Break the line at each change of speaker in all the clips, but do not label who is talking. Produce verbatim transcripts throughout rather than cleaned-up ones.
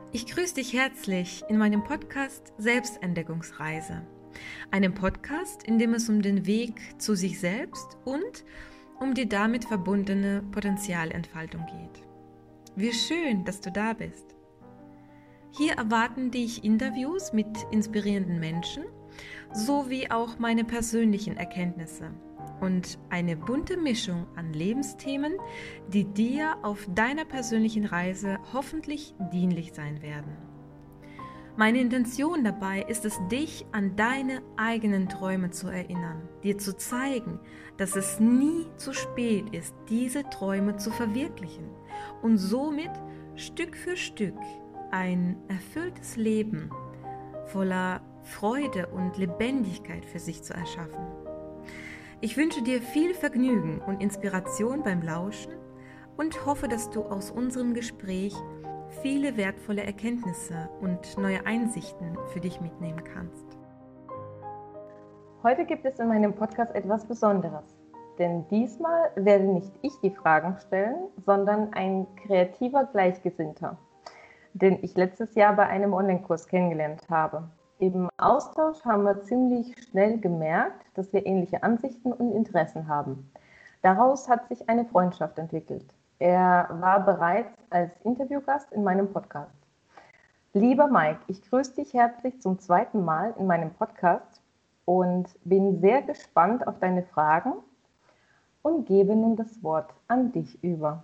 Ich grüße dich herzlich in meinem Podcast Selbstentdeckungsreise. Einem Podcast, in dem es um den Weg zu sich selbst und um die damit verbundene Potenzialentfaltung geht. Wie schön, dass du da bist. Hier erwarten dich Interviews mit inspirierenden Menschen sowie auch meine persönlichen Erkenntnisse und eine bunte Mischung an Lebensthemen, die dir auf deiner persönlichen Reise hoffentlich dienlich sein werden. Meine Intention dabei ist es, dich an deine eigenen Träume zu erinnern, dir zu zeigen, dass es nie zu spät ist, diese Träume zu verwirklichen und somit Stück für Stück ein erfülltes Leben voller Freude und Lebendigkeit für sich zu erschaffen. Ich wünsche dir viel Vergnügen und Inspiration beim Lauschen und hoffe, dass du aus unserem Gespräch viele wertvolle Erkenntnisse und neue Einsichten für dich mitnehmen kannst.
Heute gibt es in meinem Podcast etwas Besonderes, denn diesmal werde nicht ich die Fragen stellen, sondern ein kreativer Gleichgesinnter, den ich letztes Jahr bei einem Online-Kurs kennengelernt habe. Im Austausch haben wir ziemlich schnell gemerkt, dass wir ähnliche Ansichten und Interessen haben. Daraus hat sich eine Freundschaft entwickelt. Er war bereits als Interviewgast in meinem Podcast. Lieber Mike, ich grüße dich herzlich zum zweiten Mal in meinem Podcast und bin sehr gespannt auf deine Fragen und gebe nun das Wort an dich über.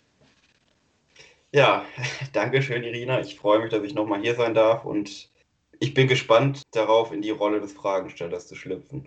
Ja, danke schön, Irina. Ich freue mich, dass ich nochmal hier sein darf und ich bin gespannt darauf, in die Rolle des Fragenstellers zu schlüpfen.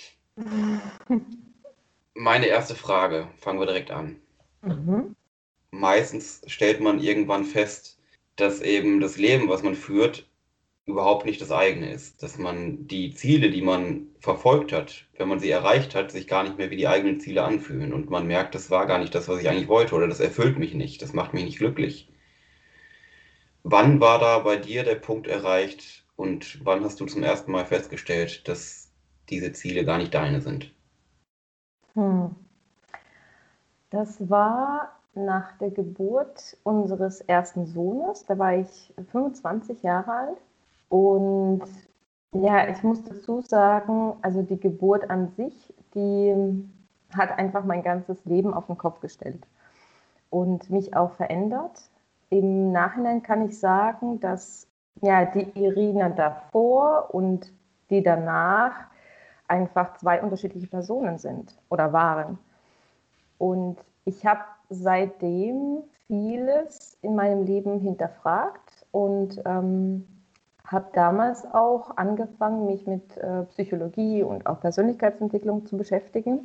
Meine erste Frage, fangen wir direkt an.
Mhm.
Meistens stellt man irgendwann fest, dass eben das Leben, was man führt, überhaupt nicht das eigene ist. Dass man die Ziele, die man verfolgt hat, wenn man sie erreicht hat, sich gar nicht mehr wie die eigenen Ziele anfühlen. Und man merkt, das war gar nicht das, was ich eigentlich wollte oder das erfüllt mich nicht, das macht mich nicht glücklich. Wann war da bei dir der Punkt erreicht und wann hast du zum ersten Mal festgestellt, dass diese Ziele gar nicht deine sind?
Hm. Das war nach der Geburt unseres ersten Sohnes. Da war ich fünfundzwanzig Jahre alt. Und ja, ich muss dazu sagen, also die Geburt an sich, die hat einfach mein ganzes Leben auf den Kopf gestellt und mich auch verändert. Im Nachhinein kann ich sagen, dass ja, die Irina davor und die danach einfach zwei unterschiedliche Personen sind oder waren. Und ich habe seitdem vieles in meinem Leben hinterfragt und ähm, habe damals auch angefangen, mich mit äh, Psychologie und auch Persönlichkeitsentwicklung zu beschäftigen.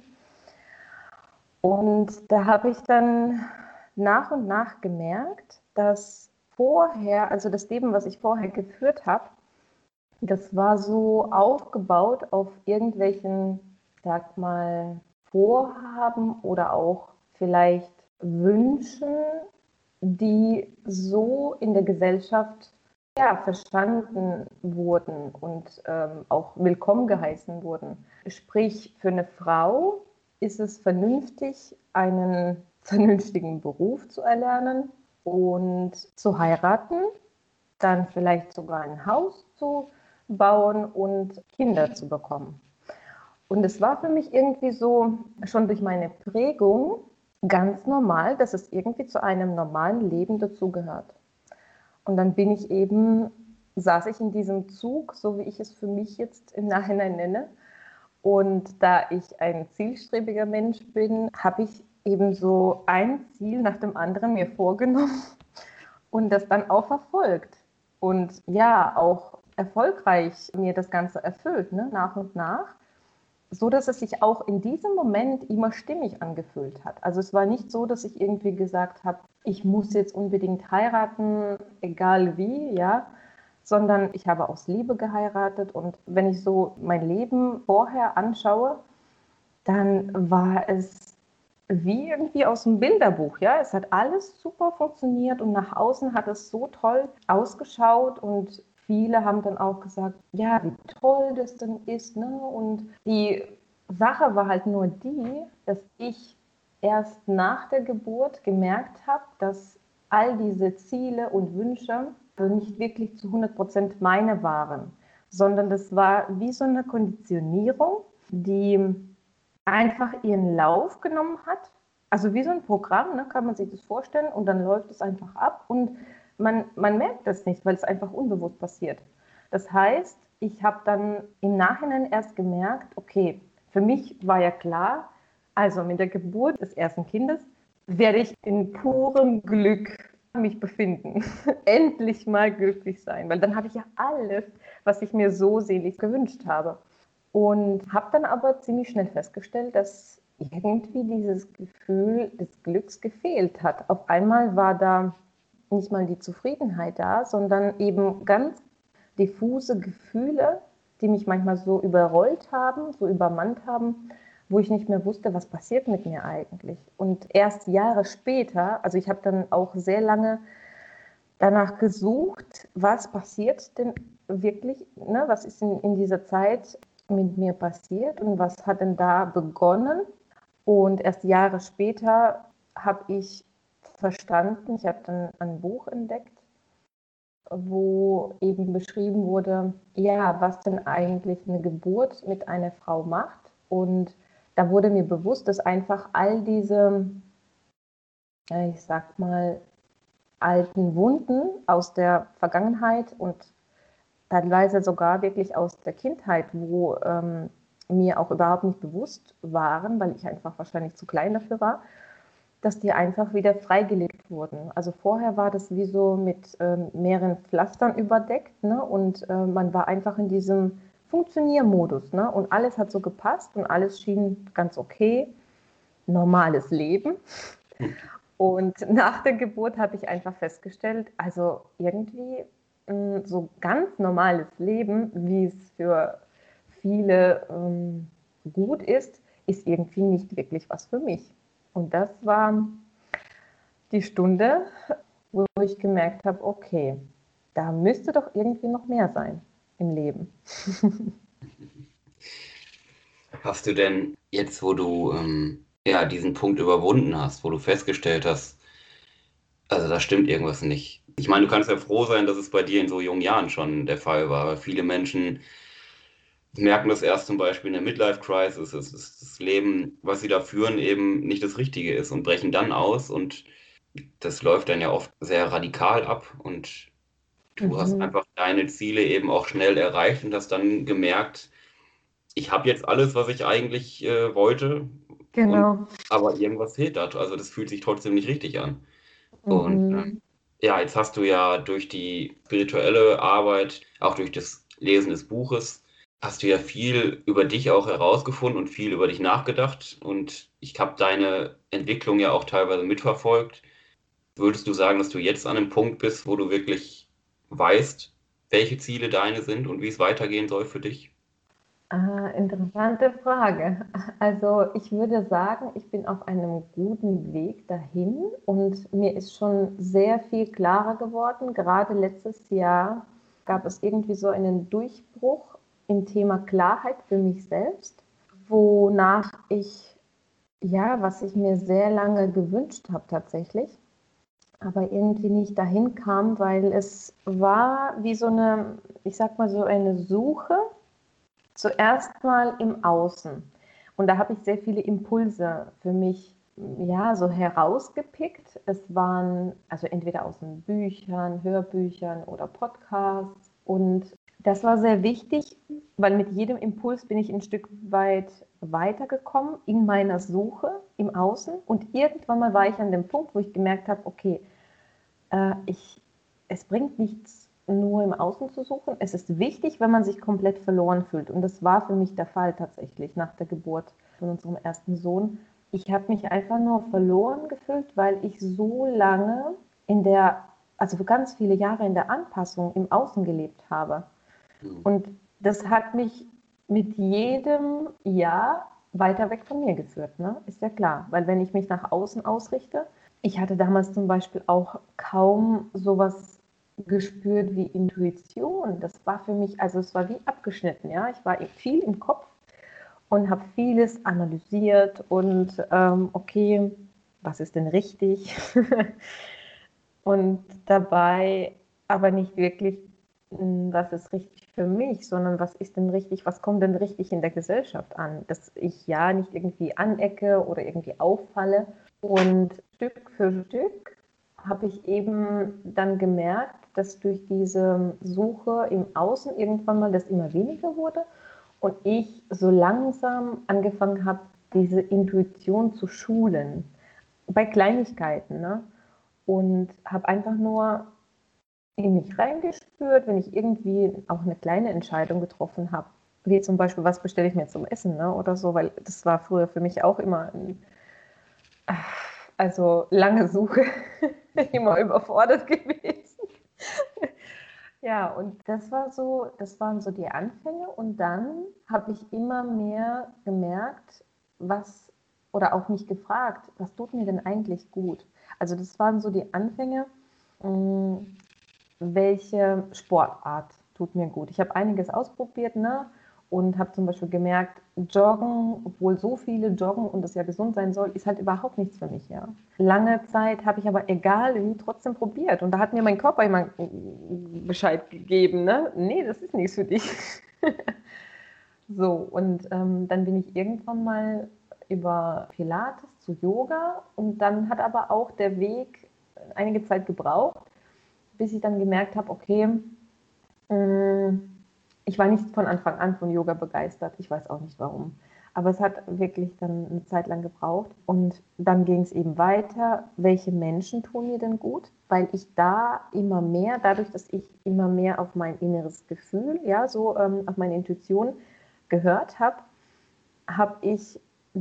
Und da habe ich dann nach und nach gemerkt, dass vorher, also das Leben, was ich vorher geführt habe, das war so aufgebaut auf irgendwelchen, sag mal, Vorhaben oder auch vielleicht Wünschen, die so in der Gesellschaft ja, verstanden wurden und ähm, auch willkommen geheißen wurden. Sprich, für eine Frau ist es vernünftig, einen vernünftigen Beruf zu erlernen und zu heiraten, dann vielleicht sogar ein Haus zu bauen und Kinder zu bekommen. Und es war für mich irgendwie so, schon durch meine Prägung, ganz normal, dass es irgendwie zu einem normalen Leben dazugehört. Und dann bin ich eben, saß ich in diesem Zug, so wie ich es für mich jetzt im Nachhinein nenne. Und da ich ein zielstrebiger Mensch bin, habe ich eben so ein Ziel nach dem anderen mir vorgenommen und das dann auch verfolgt. Und ja, auch erfolgreich mir das Ganze erfüllt, ne, nach und nach. So dass es sich auch in diesem Moment immer stimmig angefühlt hat. Also es war nicht so, dass ich irgendwie gesagt habe, ich muss jetzt unbedingt heiraten, egal wie, ja, sondern ich habe aus Liebe geheiratet. Und wenn ich so mein Leben vorher anschaue, dann war es wie irgendwie aus dem Bilderbuch, ja. Es hat alles super funktioniert und nach außen hat es so toll ausgeschaut und viele haben dann auch gesagt, ja, wie toll das denn ist, ne? Und die Sache war halt nur die, dass ich erst nach der Geburt gemerkt habe, dass all diese Ziele und Wünsche nicht wirklich zu hundert Prozent meine waren, sondern das war wie so eine Konditionierung, die einfach ihren Lauf genommen hat. Also wie so ein Programm, ne, kann man sich das vorstellen, und dann läuft es einfach ab und man, man merkt das nicht, weil es einfach unbewusst passiert. Das heißt, ich habe dann im Nachhinein erst gemerkt, okay, für mich war ja klar, also mit der Geburt des ersten Kindes werde ich in purem Glück mich befinden. Endlich mal glücklich sein, weil dann habe ich ja alles, was ich mir so selig gewünscht habe. Und habe dann aber ziemlich schnell festgestellt, dass irgendwie dieses Gefühl des Glücks gefehlt hat. Auf einmal war da nicht mal die Zufriedenheit da, sondern eben ganz diffuse Gefühle, die mich manchmal so überrollt haben, so übermannt haben, wo ich nicht mehr wusste, was passiert mit mir eigentlich. Und erst Jahre später, also ich habe dann auch sehr lange danach gesucht, was passiert denn wirklich, ne? Was ist in, in dieser Zeit mit mir passiert und was hat denn da begonnen? Und erst Jahre später habe ich verstanden, ich habe dann ein Buch entdeckt, wo eben beschrieben wurde, ja, was denn eigentlich eine Geburt mit einer Frau macht. Und da wurde mir bewusst, dass einfach all diese, ich sag mal, alten Wunden aus der Vergangenheit und teilweise sogar wirklich aus der Kindheit, wo ähm, mir auch überhaupt nicht bewusst waren, weil ich einfach wahrscheinlich zu klein dafür war, dass die einfach wieder freigelegt wurden. Also vorher war das wie so mit ähm, mehreren Pflastern überdeckt, ne? Und äh, man war einfach in diesem Funktioniermodus, ne? Und alles hat so gepasst und alles schien ganz okay, normales Leben. Und nach der Geburt habe ich einfach festgestellt, also irgendwie mh, so ganz normales Leben, wie es für viele ähm, gut ist, ist irgendwie nicht wirklich was für mich. Und das war die Stunde, wo ich gemerkt habe, okay, da müsste doch irgendwie noch mehr sein im Leben.
Hast du denn jetzt, wo du ähm, ja, diesen Punkt überwunden hast, wo du festgestellt hast, also da stimmt irgendwas nicht. Ich meine, du kannst ja froh sein, dass es bei dir in so jungen Jahren schon der Fall war. Aber viele Menschen merken das erst zum Beispiel in der Midlife-Crisis, dass das Leben, was sie da führen, eben nicht das Richtige ist und brechen dann aus. Und das läuft dann ja oft sehr radikal ab. Und du hast
Mhm.
einfach deine Ziele eben auch schnell erreicht und hast dann gemerkt, ich habe jetzt alles, was ich eigentlich äh, wollte, und
Genau.
aber irgendwas fehlt da. Also das fühlt sich trotzdem nicht richtig an. Und äh,
Mhm.
ja, jetzt hast du ja durch die spirituelle Arbeit, auch durch das Lesen des Buches, hast du ja viel über dich auch herausgefunden und viel über dich nachgedacht. Und ich habe deine Entwicklung ja auch teilweise mitverfolgt. Würdest du sagen, dass du jetzt an einem Punkt bist, wo du wirklich weißt, welche Ziele deine sind und wie es weitergehen soll für dich?
Ah, interessante Frage. Also ich würde sagen, ich bin auf einem guten Weg dahin und mir ist schon sehr viel klarer geworden. Gerade letztes Jahr gab es irgendwie so einen Durchbruch im Thema Klarheit für mich selbst, wonach ich, ja, was ich mir sehr lange gewünscht habe tatsächlich, aber irgendwie nicht dahin kam, weil es war wie so eine, ich sag mal so eine Suche. Zuerst mal im Außen. Und da habe ich sehr viele Impulse für mich, ja, so herausgepickt. Es waren also entweder aus den Büchern, Hörbüchern oder Podcasts. Und das war sehr wichtig, weil mit jedem Impuls bin ich ein Stück weit weitergekommen in meiner Suche im Außen. Und irgendwann mal war ich an dem Punkt, wo ich gemerkt habe, okay, äh, ich, es bringt nichts, nur im Außen zu suchen. Es ist wichtig, wenn man sich komplett verloren fühlt. Und das war für mich der Fall tatsächlich nach der Geburt von unserem ersten Sohn. Ich habe mich einfach nur verloren gefühlt, weil ich so lange in der, also für ganz viele Jahre in der Anpassung im Außen gelebt habe.
Hm.
Und das hat mich mit jedem Jahr weiter weg von mir geführt, ne? Ist ja klar, weil wenn ich mich nach außen ausrichte, ich hatte damals zum Beispiel auch kaum sowas gespürt wie Intuition. Das war für mich, also es war wie abgeschnitten, ja. Ich war viel im Kopf und habe vieles analysiert und ähm, okay, was ist denn richtig? Und dabei aber nicht wirklich, mh, was ist richtig für mich, sondern was ist denn richtig, was kommt denn richtig in der Gesellschaft an, dass ich ja nicht irgendwie anecke oder irgendwie auffalle. Und Stück für Stück habe ich eben dann gemerkt, dass durch diese Suche im Außen irgendwann mal das immer weniger wurde und ich so langsam angefangen habe, diese Intuition zu schulen, bei Kleinigkeiten, ne? Und habe einfach nur in mich reingespürt, wenn ich irgendwie auch eine kleine Entscheidung getroffen habe, wie zum Beispiel, was bestelle ich mir zum Essen, ne? Oder so, weil das war früher für mich auch immer ein, also lange Suche, immer überfordert gewesen. Ja, und das war so, das waren so die Anfänge und dann habe ich immer mehr gemerkt, was oder auch mich gefragt, was tut mir denn eigentlich gut? Also das waren so die Anfänge, mh, welche Sportart tut mir gut. Ich habe einiges ausprobiert, ne? Und habe zum Beispiel gemerkt, Joggen, obwohl so viele joggen und das ja gesund sein soll, ist halt überhaupt nichts für mich, ja. Lange Zeit habe ich aber egal wie trotzdem probiert und da hat mir mein Körper immer Bescheid gegeben, ne? Nee, das ist nichts für dich. So, und ähm, dann bin ich irgendwann mal über Pilates zu Yoga und dann hat aber auch der Weg einige Zeit gebraucht, bis ich dann gemerkt habe, okay, mh, ich war nicht von Anfang an von Yoga begeistert. Ich weiß auch nicht warum. Aber es hat wirklich dann eine Zeit lang gebraucht. Und dann ging es eben weiter. Welche Menschen tun mir denn gut? Weil ich da immer mehr, dadurch, dass ich immer mehr auf mein inneres Gefühl, ja, so ähm, auf meine Intuition gehört habe, habe ich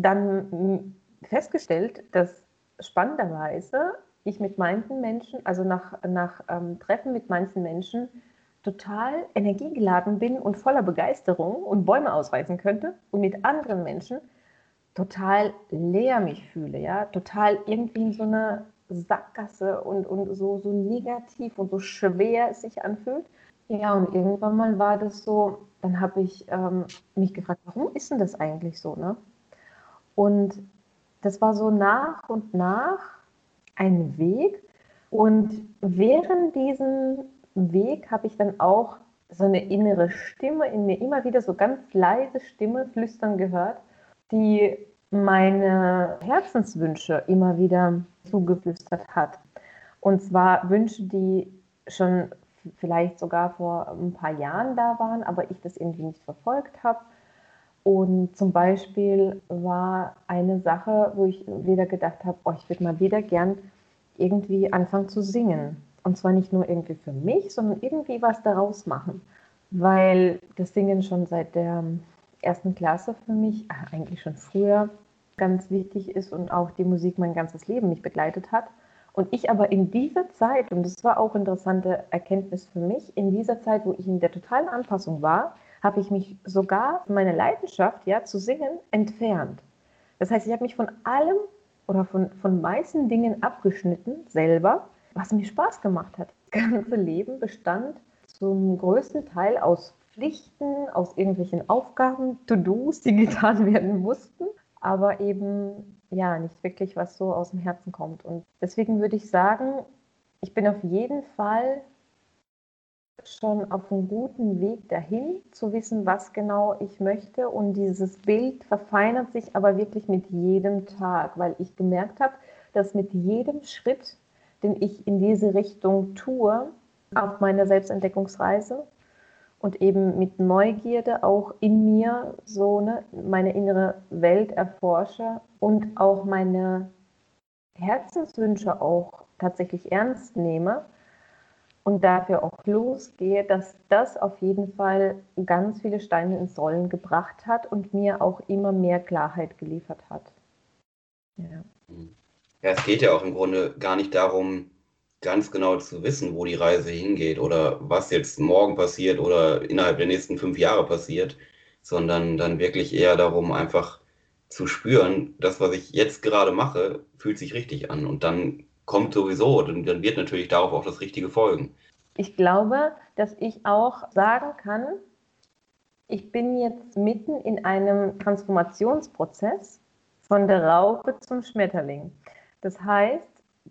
dann festgestellt, dass spannenderweise ich mit manchen Menschen, also nach, nach ähm, Treffen mit manchen Menschen, total energiegeladen bin und voller Begeisterung und Bäume ausreißen könnte und mit anderen Menschen total leer mich fühle, ja, total irgendwie in so eine Sackgasse und, und so, so negativ und so schwer es sich anfühlt. Ja, und irgendwann mal war das so, dann habe ich ähm, mich gefragt, warum ist denn das eigentlich so, ne? Und das war so nach und nach ein Weg. Und während diesem Weg habe ich dann auch so eine innere Stimme in mir, immer wieder so ganz leise Stimme flüstern gehört, die meine Herzenswünsche immer wieder zugeflüstert hat. Und zwar Wünsche, die schon vielleicht sogar vor ein paar Jahren da waren, aber ich das irgendwie nicht verfolgt habe. Und zum Beispiel war eine Sache, wo ich wieder gedacht habe, oh, ich würde mal wieder gern irgendwie anfangen zu singen. Und zwar nicht nur irgendwie für mich, sondern irgendwie was daraus machen. Weil das Singen schon seit der ersten Klasse für mich, eigentlich schon früher, ganz wichtig ist und auch die Musik mein ganzes Leben mich begleitet hat. Und ich aber in dieser Zeit, und das war auch eine interessante Erkenntnis für mich, in dieser Zeit, wo ich in der totalen Anpassung war, habe ich mich sogar von meiner Leidenschaft, ja, zu singen, entfernt. Das heißt, ich habe mich von allem oder von, von meisten Dingen abgeschnitten, selber, was mir Spaß gemacht hat. Das ganze Leben bestand zum größten Teil aus Pflichten, aus irgendwelchen Aufgaben, To-Dos, die getan werden mussten, aber eben ja nicht wirklich was so aus dem Herzen kommt. Und deswegen würde ich sagen, ich bin auf jeden Fall schon auf einem guten Weg dahin, zu wissen, was genau ich möchte. Und dieses Bild verfeinert sich aber wirklich mit jedem Tag, weil ich gemerkt habe, dass mit jedem Schritt, den ich in diese Richtung tue, auf meiner Selbstentdeckungsreise und eben mit Neugierde auch in mir so ne, meine innere Welt erforsche und auch meine Herzenswünsche auch tatsächlich ernst nehme, und dafür auch losgehe, dass das auf jeden Fall ganz viele Steine ins Rollen gebracht hat und mir auch immer mehr Klarheit geliefert hat. Ja.
Ja, es geht ja auch im Grunde gar nicht darum, ganz genau zu wissen, wo die Reise hingeht oder was jetzt morgen passiert oder innerhalb der nächsten fünf Jahre passiert, sondern dann wirklich eher darum, einfach zu spüren, das, was ich jetzt gerade mache, fühlt sich richtig an. Und dann kommt sowieso, dann, dann wird natürlich darauf auch das Richtige folgen.
Ich glaube, dass ich auch sagen kann, ich bin jetzt mitten in einem Transformationsprozess von der Raupe zum Schmetterling. Das heißt,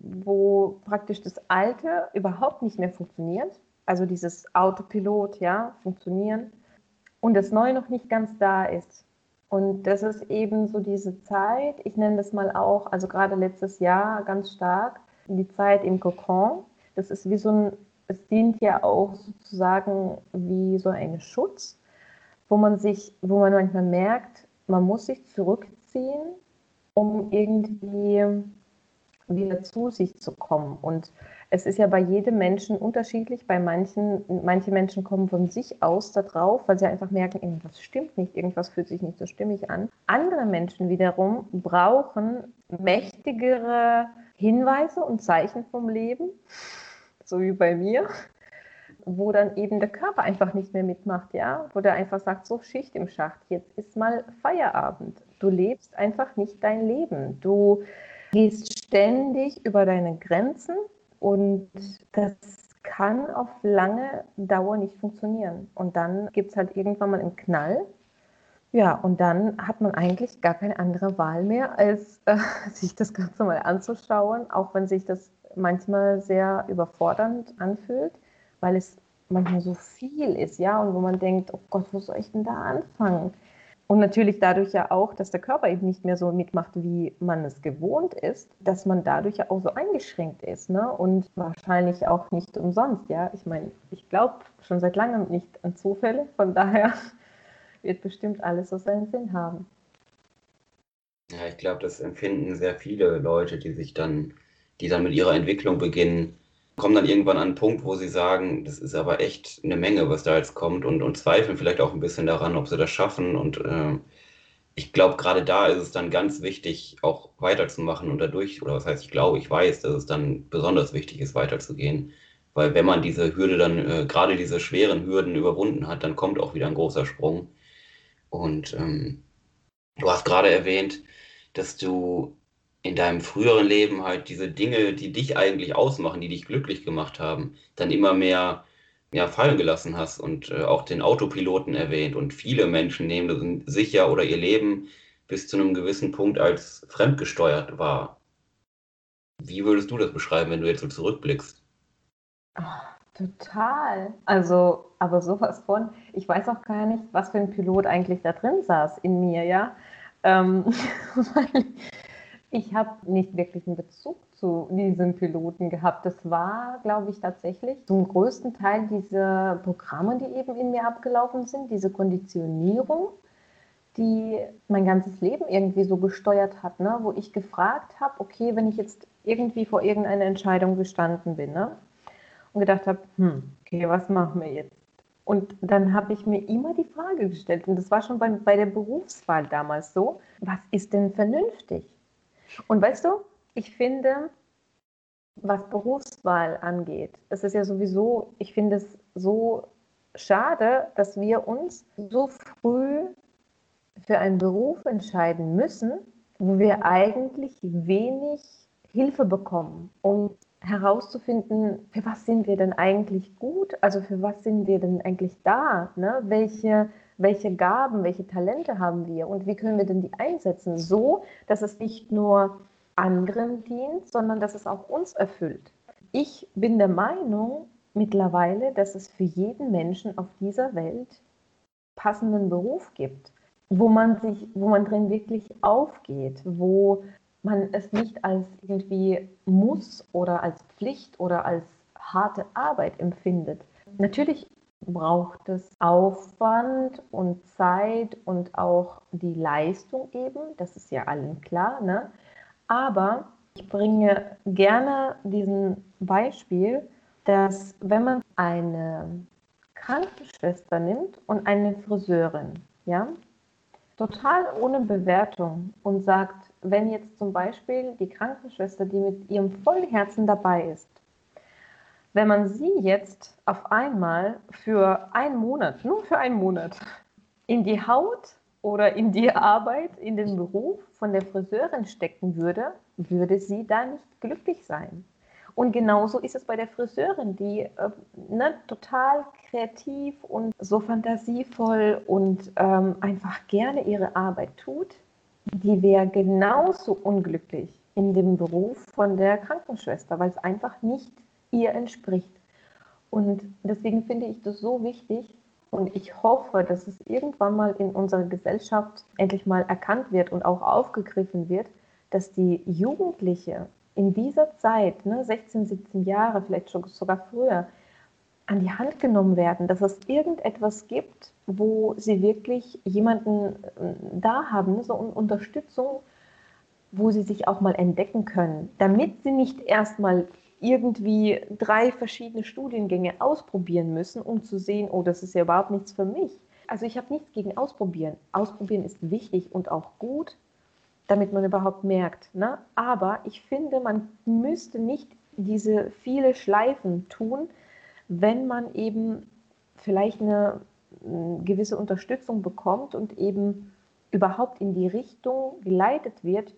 wo praktisch das Alte überhaupt nicht mehr funktioniert, also dieses Autopilot, ja, funktionieren, und das Neue noch nicht ganz da ist. Und das ist eben so diese Zeit, ich nenne das mal auch, also gerade letztes Jahr ganz stark, die Zeit im Kokon. Das ist wie so ein, es dient ja auch sozusagen wie so ein Schutz, wo man sich, wo man manchmal merkt, man muss sich zurückziehen, um irgendwie wieder zu sich zu kommen. Und es ist ja bei jedem Menschen unterschiedlich. Bei manchen, manche Menschen kommen von sich aus da drauf, weil sie einfach merken, irgendwas stimmt nicht, irgendwas fühlt sich nicht so stimmig an. Andere Menschen wiederum brauchen mächtigere Hinweise und Zeichen vom Leben, so wie bei mir, wo dann eben der Körper einfach nicht mehr mitmacht, ja, wo der einfach sagt, so Schicht im Schacht, jetzt ist mal Feierabend. Du lebst einfach nicht dein Leben. Du gehst ständig über deine Grenzen und das kann auf lange Dauer nicht funktionieren. Und dann gibt es halt irgendwann mal einen Knall. Ja, und dann hat man eigentlich gar keine andere Wahl mehr, als äh, sich das Ganze mal anzuschauen, auch wenn sich das manchmal sehr überfordernd anfühlt, weil es manchmal so viel ist, ja, und wo man denkt, oh Gott, wo soll ich denn da anfangen? Und natürlich dadurch ja auch, dass der Körper eben nicht mehr so mitmacht, wie man es gewohnt ist, dass man dadurch ja auch so eingeschränkt ist, ne? Und wahrscheinlich auch nicht umsonst, ja. Ich meine, ich glaube schon seit langem nicht an Zufälle, von daher wird bestimmt alles so seinen Sinn haben.
Ja, ich glaube, das empfinden sehr viele Leute, die sich dann, die dann mit ihrer Entwicklung beginnen, kommen dann irgendwann an einen Punkt, wo sie sagen, das ist aber echt eine Menge, was da jetzt kommt und, und zweifeln vielleicht auch ein bisschen daran, ob sie das schaffen. Und äh, ich glaube, gerade da ist es dann ganz wichtig, auch weiterzumachen und dadurch, oder was heißt, ich glaube, ich weiß, dass es dann besonders wichtig ist, weiterzugehen. Weil wenn man diese Hürde dann, äh, gerade diese schweren Hürden überwunden hat, dann kommt auch wieder ein großer Sprung. Und ähm, du hast gerade erwähnt, dass du in deinem früheren Leben halt diese Dinge, die dich eigentlich ausmachen, die dich glücklich gemacht haben, dann immer mehr ja, fallen gelassen hast und äh, auch den Autopiloten erwähnt. Und viele Menschen nehmen sich ja oder ihr Leben bis zu einem gewissen Punkt als fremdgesteuert wahr. Wie würdest du das beschreiben, wenn du jetzt so zurückblickst?
Ah, total. Also, aber sowas von, ich weiß auch gar nicht, was für ein Pilot eigentlich da drin saß in mir, ja. Ähm, weil ich habe nicht wirklich einen Bezug zu diesem Piloten gehabt. Das war, glaube ich, tatsächlich zum größten Teil diese Programme, die eben in mir abgelaufen sind, diese Konditionierung, die mein ganzes Leben irgendwie so gesteuert hat, ne? Wo ich gefragt habe, okay, wenn ich jetzt irgendwie vor irgendeiner Entscheidung gestanden bin, ne? Und gedacht habe, hm, okay, was machen wir jetzt? Und dann habe ich mir immer die Frage gestellt, und das war schon bei, bei der Berufswahl damals so, was ist denn vernünftig? Und weißt du, ich finde, was Berufswahl angeht, es ist ja sowieso, ich finde es so schade, dass wir uns so früh für einen Beruf entscheiden müssen, wo wir eigentlich wenig Hilfe bekommen, um herauszufinden, für was sind wir denn eigentlich gut, also für was sind wir denn eigentlich da, ne? Welche, welche Gaben, welche Talente haben wir und wie können wir denn die einsetzen, so, dass es nicht nur anderen dient, sondern dass es auch uns erfüllt. Ich bin der Meinung mittlerweile, dass es für jeden Menschen auf dieser Welt passenden Beruf gibt, wo man sich, wo man drin wirklich aufgeht, wo man es nicht als irgendwie muss oder als Pflicht oder als harte Arbeit empfindet. Natürlich braucht es Aufwand und Zeit und auch die Leistung eben, das ist ja allen klar, ne? Aber ich bringe gerne diesen Beispiel, dass wenn man eine Krankenschwester nimmt und eine Friseurin, ja, total ohne Bewertung und sagt, wenn jetzt zum Beispiel die Krankenschwester, die mit ihrem vollen Herzen dabei ist, wenn man sie jetzt auf einmal für einen Monat, nur für einen Monat, in die Haut oder in die Arbeit, in den Beruf von der Friseurin stecken würde, würde sie da nicht glücklich sein. Und genauso ist es bei der Friseurin, die äh, ne, total kreativ und so fantasievoll und ähm, einfach gerne ihre Arbeit tut. Die wäre genauso unglücklich, in dem Beruf von der Krankenschwester, weil es einfach nicht ihr entspricht. Und deswegen finde ich das so wichtig und ich hoffe, dass es irgendwann mal in unserer Gesellschaft endlich mal erkannt wird und auch aufgegriffen wird, dass die Jugendliche in dieser Zeit, ne, sechzehn, siebzehn Jahre, vielleicht schon sogar früher, an die Hand genommen werden, dass es irgendetwas gibt, wo sie wirklich jemanden da haben, ne, so eine Unterstützung, wo sie sich auch mal entdecken können, damit sie nicht erstmal irgendwie drei verschiedene Studiengänge ausprobieren müssen, um zu sehen, oh, das ist ja überhaupt nichts für mich. Also ich habe nichts gegen Ausprobieren. Ausprobieren ist wichtig und auch gut, damit man überhaupt merkt. Ne? Aber ich finde, man müsste nicht diese viele Schleifen tun, wenn man eben vielleicht eine gewisse Unterstützung bekommt und eben überhaupt in die Richtung geleitet wird,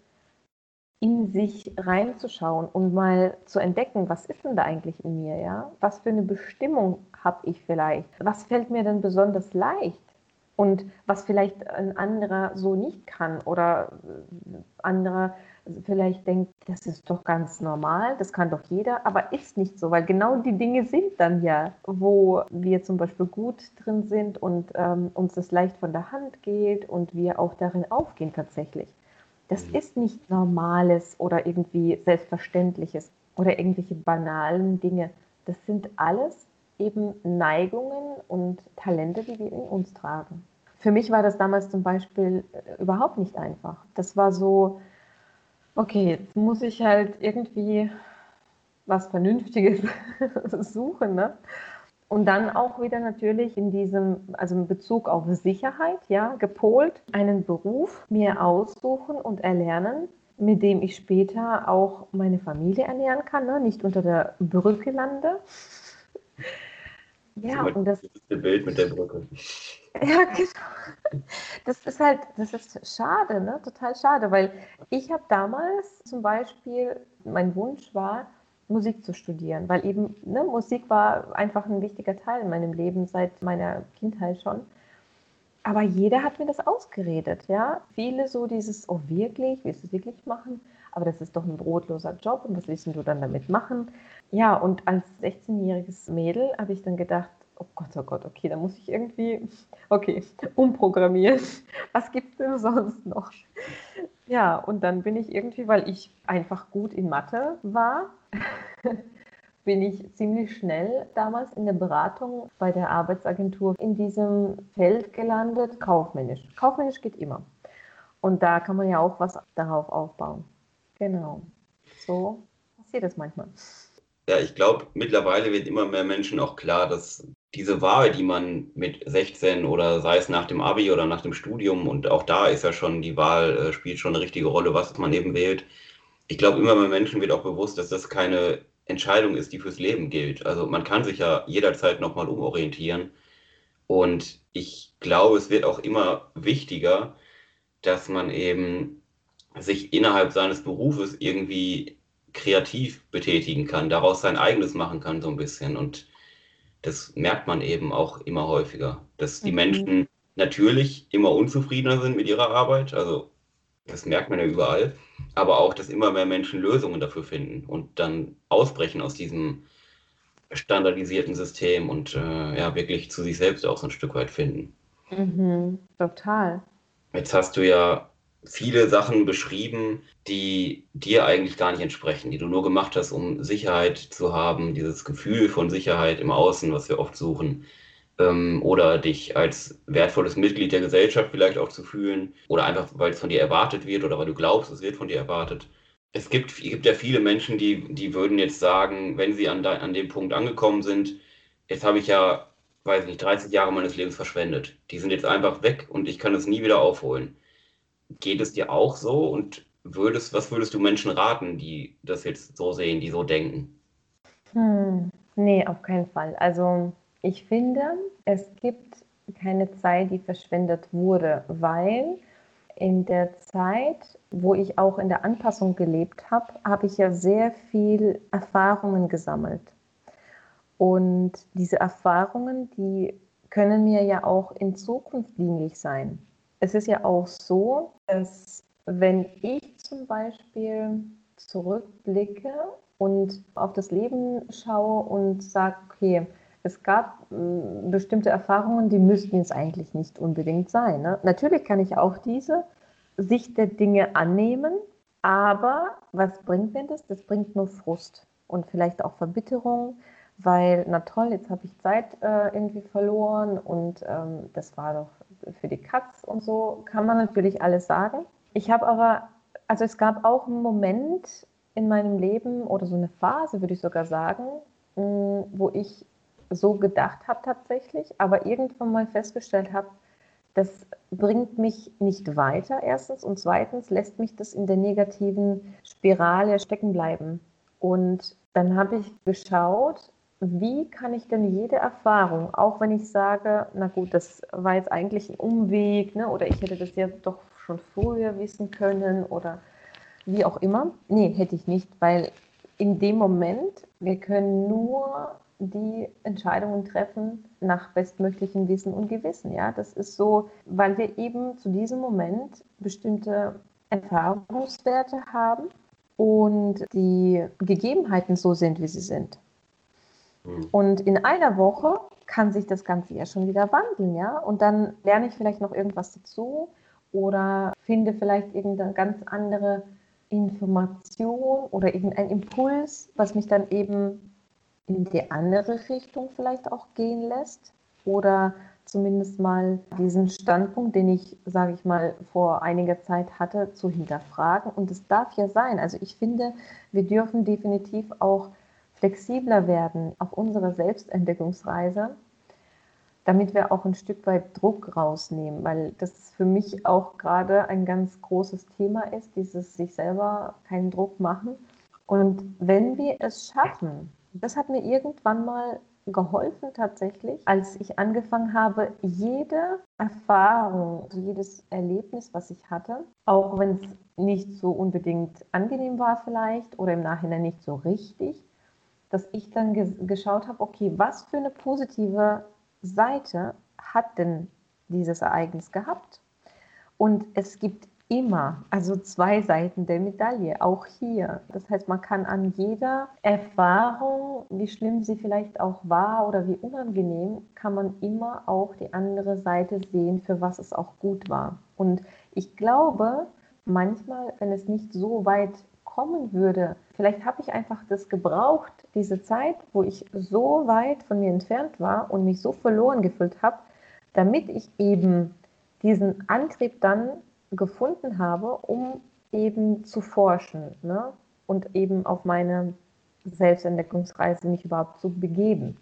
in sich reinzuschauen und mal zu entdecken, was ist denn da eigentlich in mir, ja? Was für eine Bestimmung habe ich vielleicht? Was fällt mir denn besonders leicht? Und was vielleicht ein anderer so nicht kann oder anderer vielleicht denkt, das ist doch ganz normal, das kann doch jeder, aber ist nicht so, weil genau die Dinge sind dann ja, wo wir zum Beispiel gut drin sind und ähm, uns das leicht von der Hand geht und wir auch darin aufgehen tatsächlich. Das ist nicht Normales oder irgendwie Selbstverständliches oder irgendwelche banalen Dinge. Das sind alles eben Neigungen und Talente, die wir in uns tragen. Für mich war das damals zum Beispiel überhaupt nicht einfach. Das war so, okay, jetzt muss ich halt irgendwie was Vernünftiges suchen, ne? Und dann auch wieder natürlich in diesem, also in Bezug auf Sicherheit, ja, gepolt, einen Beruf mir aussuchen und erlernen, mit dem ich später auch meine Familie ernähren kann, ne? Nicht unter der Brücke lande. Ja, und das,
das Bild mit der Brücke.
ja, genau. Das ist halt, das ist schade, ne? Total schade, weil ich habe damals zum Beispiel, mein Wunsch war, Musik zu studieren, weil eben ne, Musik war einfach ein wichtiger Teil in meinem Leben seit meiner Kindheit schon. Aber jeder hat mir das ausgeredet, ja. Viele so dieses, oh wirklich, willst du es wirklich machen? Aber das ist doch ein brotloser Job und was willst du dann damit machen? Ja, und als sechzehnjähriges Mädel habe ich dann gedacht, oh Gott, oh Gott, okay, da muss ich irgendwie, okay, umprogrammieren. Was gibt es denn sonst noch? Ja, und dann bin ich irgendwie, weil ich einfach gut in Mathe war, bin ich ziemlich schnell damals in der Beratung bei der Arbeitsagentur in diesem Feld gelandet, kaufmännisch. Kaufmännisch geht immer. Und da kann man ja auch was darauf aufbauen. Genau. So passiert es manchmal.
Ja, ich glaube, mittlerweile wird immer mehr Menschen auch klar, dass diese Wahl, die man mit sechzehn oder sei es nach dem Abi oder nach dem Studium, und auch da ist ja schon die Wahl, äh, spielt schon eine richtige Rolle, was man eben wählt. Ich glaube, immer mehr Menschen wird auch bewusst, dass das keine Entscheidung ist, die fürs Leben gilt. Also man kann sich ja jederzeit nochmal umorientieren. Und ich glaube, es wird auch immer wichtiger, dass man eben sich innerhalb seines Berufes irgendwie kreativ betätigen kann, daraus sein eigenes machen kann, so ein bisschen. Und das merkt man eben auch immer häufiger, dass die
Mhm.
Menschen natürlich immer unzufriedener sind mit ihrer Arbeit. Also das merkt man ja überall. Aber auch, dass immer mehr Menschen Lösungen dafür finden und dann ausbrechen aus diesem standardisierten System und äh, ja, wirklich zu sich selbst auch so ein Stück weit finden.
Mhm. Total.
Jetzt hast du ja viele Sachen beschrieben, die dir eigentlich gar nicht entsprechen, die du nur gemacht hast, um Sicherheit zu haben, dieses Gefühl von Sicherheit im Außen, was wir oft suchen, ähm, oder dich als wertvolles Mitglied der Gesellschaft vielleicht auch zu fühlen, oder einfach, weil es von dir erwartet wird oder weil du glaubst, es wird von dir erwartet. Es gibt, es gibt ja viele Menschen, die, die würden jetzt sagen, wenn sie an, de, an dem Punkt angekommen sind, jetzt habe ich ja, weiß ich nicht, dreißig Jahre meines Lebens verschwendet. Die sind jetzt einfach weg und ich kann es nie wieder aufholen. Geht es dir auch so und würdest, was würdest du Menschen raten, die das jetzt so sehen, die so denken?
Hm. Nee, auf keinen Fall. Also ich finde, es gibt keine Zeit, die verschwendet wurde, weil in der Zeit, wo ich auch in der Anpassung gelebt habe, habe ich ja sehr viel Erfahrungen gesammelt. Und diese Erfahrungen, die können mir ja auch in Zukunft dienlich sein. Es ist ja auch so, dass wenn ich zum Beispiel zurückblicke und auf das Leben schaue und sage, okay, es gab äh, bestimmte Erfahrungen, die müssten es eigentlich nicht unbedingt sein. Ne? Natürlich kann ich auch diese Sicht der Dinge annehmen, aber was bringt mir das? Das bringt nur Frust und vielleicht auch Verbitterung, weil, na toll, jetzt habe ich Zeit äh, irgendwie verloren und ähm, das war doch für die Katz und so, kann man natürlich alles sagen. Ich habe aber, also es gab auch einen Moment in meinem Leben oder so eine Phase, würde ich sogar sagen, mh, wo ich so gedacht habe tatsächlich, aber irgendwann mal festgestellt habe, das bringt mich nicht weiter, erstens, und zweitens lässt mich das in der negativen Spirale stecken bleiben. Und dann habe ich geschaut, wie kann ich denn jede Erfahrung, auch wenn ich sage, na gut, das war jetzt eigentlich ein Umweg, ne, oder ich hätte das ja doch schon früher wissen können oder wie auch immer. Nee, hätte ich nicht, weil in dem Moment, wir können nur die Entscheidungen treffen nach bestmöglichem Wissen und Gewissen. Ja, das ist so, weil wir eben zu diesem Moment bestimmte Erfahrungswerte haben und die Gegebenheiten so sind, wie sie sind.
Hm.
Und in einer Woche kann sich das Ganze ja schon wieder wandeln, ja. Und dann lerne ich vielleicht noch irgendwas dazu oder finde vielleicht irgendeine ganz andere Information oder irgendein Impuls, was mich dann eben in die andere Richtung vielleicht auch gehen lässt oder zumindest mal diesen Standpunkt, den ich, sage ich mal, vor einiger Zeit hatte, zu hinterfragen. Und es darf ja sein. Also ich finde, wir dürfen definitiv auch flexibler werden auf unserer Selbstentdeckungsreise, damit wir auch ein Stück weit Druck rausnehmen, weil das für mich auch gerade ein ganz großes Thema ist, dieses sich selber keinen Druck machen. Und wenn wir es schaffen, das hat mir irgendwann mal geholfen tatsächlich, als ich angefangen habe, jede Erfahrung, also jedes Erlebnis, was ich hatte, auch wenn es nicht so unbedingt angenehm war vielleicht oder im Nachhinein nicht so richtig, dass ich dann ges- geschaut habe, okay, was für eine positive Seite hat denn dieses Ereignis gehabt? Und es gibt immer, also zwei Seiten der Medaille, auch hier. Das heißt, man kann an jeder Erfahrung, wie schlimm sie vielleicht auch war oder wie unangenehm, kann man immer auch die andere Seite sehen, für was es auch gut war. Und ich glaube, manchmal, wenn es nicht so weit kommen würde, vielleicht habe ich einfach das gebraucht, diese Zeit, wo ich so weit von mir entfernt war und mich so verloren gefühlt habe, damit ich eben diesen Antrieb dann gefunden habe, um eben zu forschen, ne? Und eben auf meine Selbstentdeckungsreise mich überhaupt zu begeben.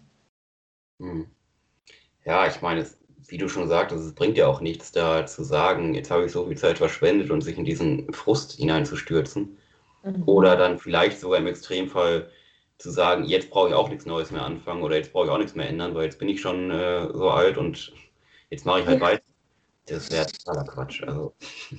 Hm. Ja, ich meine, es, wie du schon sagtest, es bringt ja auch nichts, da zu sagen, jetzt habe ich so viel Zeit verschwendet und sich in diesen Frust hineinzustürzen. Oder
Mhm.
dann vielleicht sogar im Extremfall zu sagen, jetzt brauche ich auch nichts Neues mehr anfangen oder jetzt brauche ich auch nichts mehr ändern, weil jetzt bin ich schon äh, so alt und jetzt mache ich halt
Ja,
weiter. Das wäre totaler Quatsch. Also,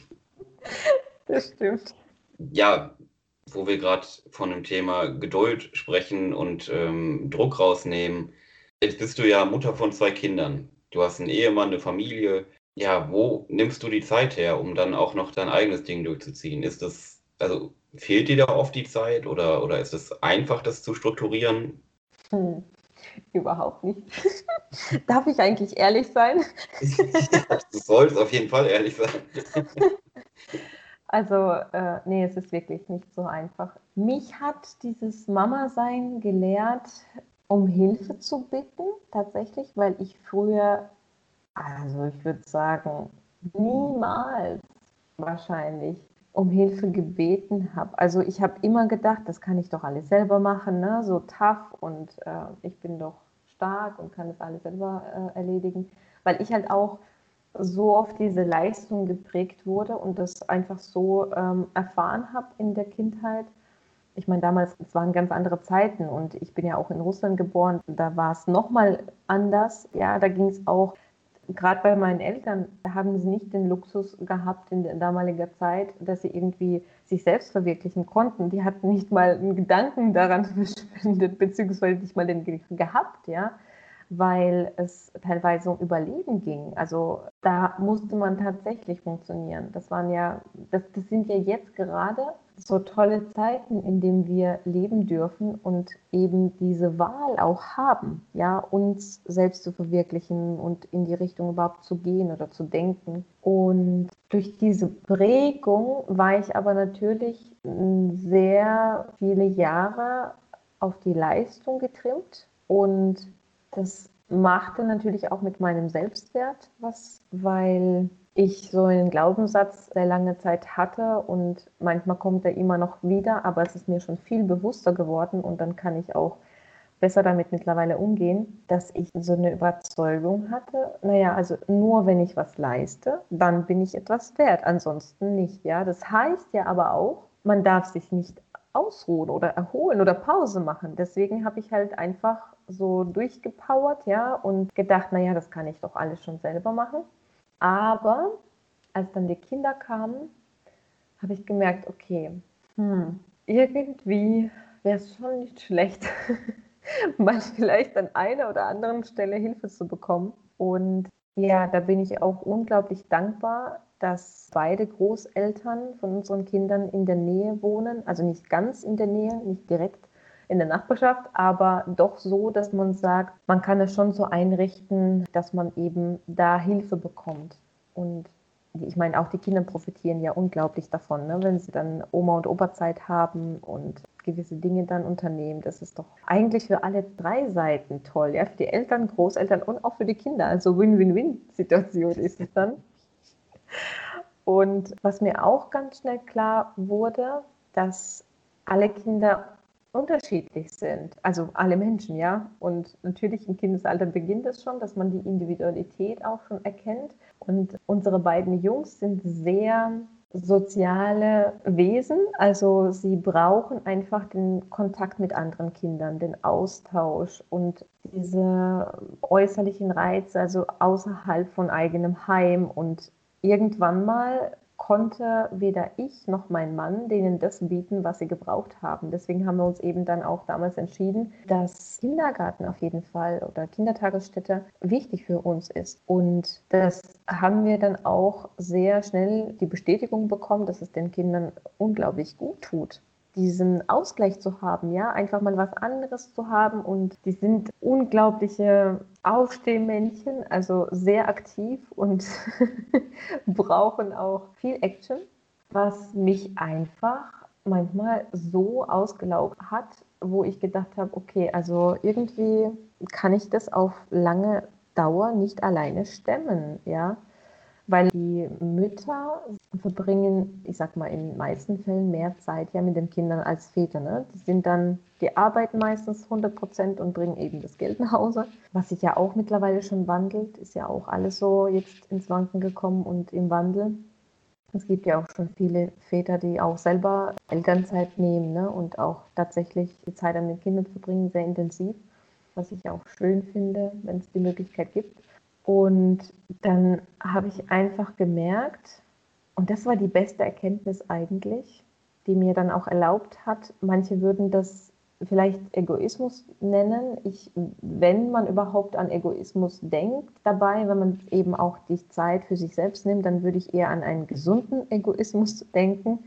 das stimmt.
ja, wo wir gerade von dem Thema Geduld sprechen und ähm, Druck rausnehmen. Jetzt bist du ja Mutter von zwei Kindern. Du hast einen Ehemann, eine Familie. Ja, wo nimmst du die Zeit her, um dann auch noch dein eigenes Ding durchzuziehen? Ist das, also fehlt dir da oft die Zeit oder, oder ist es einfach, das zu strukturieren?
Hm, überhaupt nicht. Darf ich eigentlich ehrlich sein?
Ja, du sollst auf jeden Fall ehrlich sein.
Also, äh, nee, es ist wirklich nicht so einfach. Mich hat dieses Mama-Sein gelehrt, um Hilfe zu bitten, tatsächlich, weil ich früher, also ich würde sagen, niemals wahrscheinlich um Hilfe gebeten habe. Also ich habe immer gedacht, das kann ich doch alles selber machen, ne? So tough und äh, ich bin doch stark und kann das alles selber äh, erledigen, weil ich halt auch so auf diese Leistung geprägt wurde und das einfach so ähm, erfahren habe in der Kindheit. Ich meine, damals, es waren ganz andere Zeiten und ich bin ja auch in Russland geboren, da war es nochmal anders. Ja, da ging es auch, gerade bei meinen Eltern, da haben sie nicht den Luxus gehabt in der damaligen Zeit, dass sie irgendwie sich selbst verwirklichen konnten. Die hatten nicht mal einen Gedanken daran verschwendet, beziehungsweise nicht mal den Gedanken gehabt, ja. weil es teilweise um Überleben ging. Also da musste man tatsächlich funktionieren. Das waren ja, das, das sind ja jetzt gerade so tolle Zeiten, in denen wir leben dürfen und eben diese Wahl auch haben, ja, uns selbst zu verwirklichen und in die Richtung überhaupt zu gehen oder zu denken. Und durch diese Prägung war ich aber natürlich sehr viele Jahre auf die Leistung getrimmt und das machte natürlich auch mit meinem Selbstwert was, weil ich so einen Glaubenssatz sehr lange Zeit hatte und manchmal kommt er immer noch wieder, aber es ist mir schon viel bewusster geworden und dann kann ich auch besser damit mittlerweile umgehen, dass ich so eine Überzeugung hatte, naja, also nur wenn ich was leiste, dann bin ich etwas wert, ansonsten nicht, ja. Das heißt ja aber auch, man darf sich nicht ausruhen oder erholen oder Pause machen. Deswegen habe ich halt einfach so durchgepowert, ja, und gedacht, naja, das kann ich doch alles schon selber machen. Aber als dann die Kinder kamen, habe ich gemerkt, okay, hm, irgendwie wäre es schon nicht schlecht, mal vielleicht an einer oder anderen Stelle Hilfe zu bekommen. Und ja, da bin ich auch unglaublich dankbar, dass beide Großeltern von unseren Kindern in der Nähe wohnen. Also nicht ganz in der Nähe, nicht direkt in der Nachbarschaft, aber doch so, dass man sagt, man kann es schon so einrichten, dass man eben da Hilfe bekommt. Und ich meine, auch die Kinder profitieren ja unglaublich davon, ne? Wenn sie dann Oma- und Opa-Zeit haben und gewisse Dinge dann unternehmen. Das ist doch eigentlich für alle drei Seiten toll, ja? Für die Eltern, Großeltern und auch für die Kinder. Also Win-Win-Win-Situation ist es dann. Und was mir auch ganz schnell klar wurde, dass alle Kinder unterschiedlich sind, also alle Menschen, ja. Und natürlich im Kindesalter beginnt es schon, dass man die Individualität auch schon erkennt. Und unsere beiden Jungs sind sehr soziale Wesen, also sie brauchen einfach den Kontakt mit anderen Kindern, den Austausch und diese äußerlichen Reize, also außerhalb von eigenem Heim. Und irgendwann mal konnte weder ich noch mein Mann denen das bieten, was sie gebraucht haben. Deswegen haben wir uns eben dann auch damals entschieden, dass Kindergarten auf jeden Fall oder Kindertagesstätte wichtig für uns ist. Und das haben wir dann auch sehr schnell die Bestätigung bekommen, dass es den Kindern unglaublich gut tut, diesen Ausgleich zu haben, ja, einfach mal was anderes zu haben. Und die sind unglaubliche Aufstehmännchen, also sehr aktiv und brauchen auch viel Action, was mich einfach manchmal so ausgelaugt hat, wo ich gedacht habe, okay, also irgendwie kann ich das auf lange Dauer nicht alleine stemmen, ja. Weil die Mütter verbringen, ich sag mal, in den meisten Fällen mehr Zeit ja mit den Kindern als Väter. Ne? Die sind dann, die arbeiten meistens hundert Prozent und bringen eben das Geld nach Hause. Was sich ja auch mittlerweile schon wandelt, ist ja auch alles so jetzt ins Wanken gekommen und im Wandel. Es gibt ja auch schon viele Väter, die auch selber Elternzeit nehmen, ne? Und auch tatsächlich die Zeit an den Kindern verbringen, sehr intensiv, was ich auch schön finde, wenn es die Möglichkeit gibt. Und dann habe ich einfach gemerkt, und das war die beste Erkenntnis eigentlich, die mir dann auch erlaubt hat, manche würden das vielleicht Egoismus nennen. Ich, wenn man überhaupt an Egoismus denkt dabei, wenn man eben auch die Zeit für sich selbst nimmt, dann würde ich eher an einen gesunden Egoismus denken,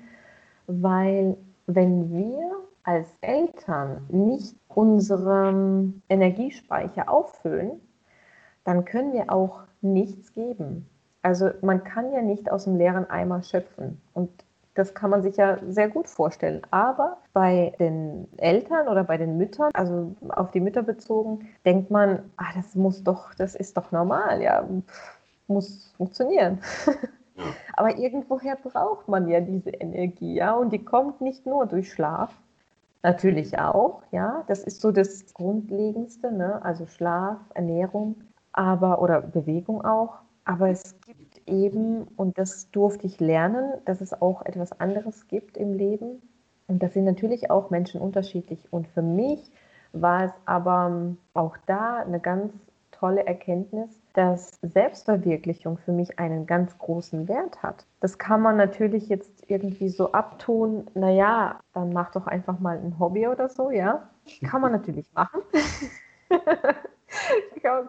weil wenn wir als Eltern nicht unseren Energiespeicher auffüllen, dann können wir auch nichts geben. Also man kann ja nicht aus dem leeren Eimer schöpfen. Und das kann man sich ja sehr gut vorstellen. Aber bei den Eltern oder bei den Müttern, also auf die Mütter bezogen, denkt man, ah, das muss doch, das ist doch normal, ja, muss funktionieren. Aber irgendwoher braucht man ja diese Energie, ja, und die kommt nicht nur durch Schlaf, natürlich auch, ja, das ist so das Grundlegendste, ne? Also Schlaf, Ernährung, aber oder Bewegung auch. Aber es gibt eben, und das durfte ich lernen, dass es auch etwas anderes gibt im Leben. Und das sind natürlich auch Menschen unterschiedlich. Und für mich war es aber auch da eine ganz tolle Erkenntnis, dass Selbstverwirklichung für mich einen ganz großen Wert hat. Das kann man natürlich jetzt irgendwie so abtun, naja, dann mach doch einfach mal ein Hobby oder so, ja. Kann man natürlich machen. Kann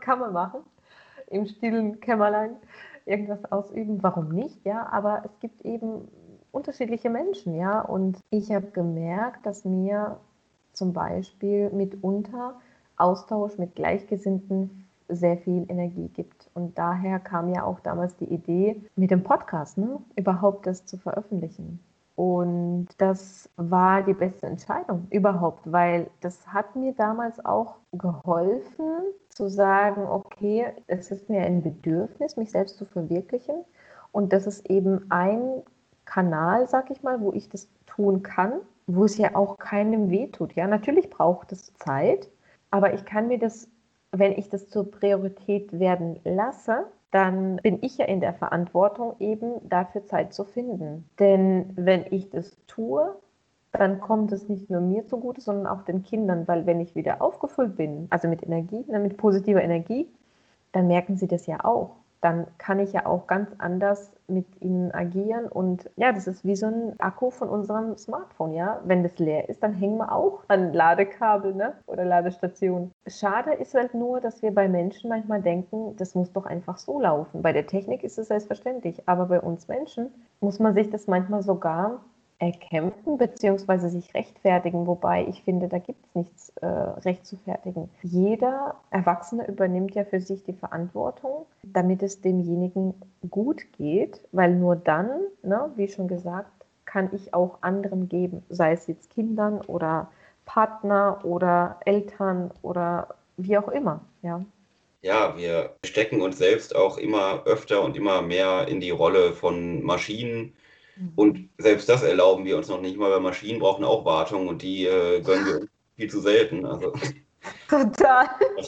kann man machen, im stillen Kämmerlein irgendwas ausüben, warum nicht, ja, aber es gibt eben unterschiedliche Menschen, ja, und ich habe gemerkt, dass mir zum Beispiel mitunter Austausch mit Gleichgesinnten sehr viel Energie gibt. Und daher kam ja auch damals die Idee, mit dem Podcast, ne, überhaupt das zu veröffentlichen. Und das war die beste Entscheidung überhaupt, weil das hat mir damals auch geholfen, zu sagen, okay, es ist mir ein Bedürfnis, mich selbst zu verwirklichen. Und das ist eben ein Kanal, sag ich mal, wo ich das tun kann, wo es ja auch keinem wehtut. Ja, natürlich braucht es Zeit, aber ich kann mir das, wenn ich das zur Priorität werden lasse, dann bin ich ja in der Verantwortung, eben dafür Zeit zu finden. Denn wenn ich das tue, dann kommt es nicht nur mir zugute, sondern auch den Kindern, weil wenn ich wieder aufgefüllt bin, also mit Energie, mit positiver Energie, dann merken sie das ja auch. Dann kann ich ja auch ganz anders mit ihnen agieren und ja, das ist wie so ein Akku von unserem Smartphone, ja. Wenn das leer ist, dann hängen wir auch an Ladekabel, ne? Oder Ladestation. Schade ist halt nur, dass wir bei Menschen manchmal denken, das muss doch einfach so laufen. Bei der Technik ist es selbstverständlich, aber bei uns Menschen muss man sich das manchmal sogar erkämpfen bzw. sich rechtfertigen, wobei ich finde, da gibt es nichts äh, rechtfertigen. Jeder Erwachsene übernimmt ja für sich die Verantwortung, damit es demjenigen gut geht, weil nur dann, ne, wie schon gesagt, kann ich auch anderen geben, sei es jetzt Kindern oder Partner oder Eltern oder wie auch immer, ja.
Ja, wir stecken uns selbst auch immer öfter und immer mehr in die Rolle von Maschinen. Und
Mhm.
selbst das erlauben wir uns noch nicht mal, weil Maschinen brauchen auch Wartung und die äh, gönnen wir uns viel zu selten. Also
Total.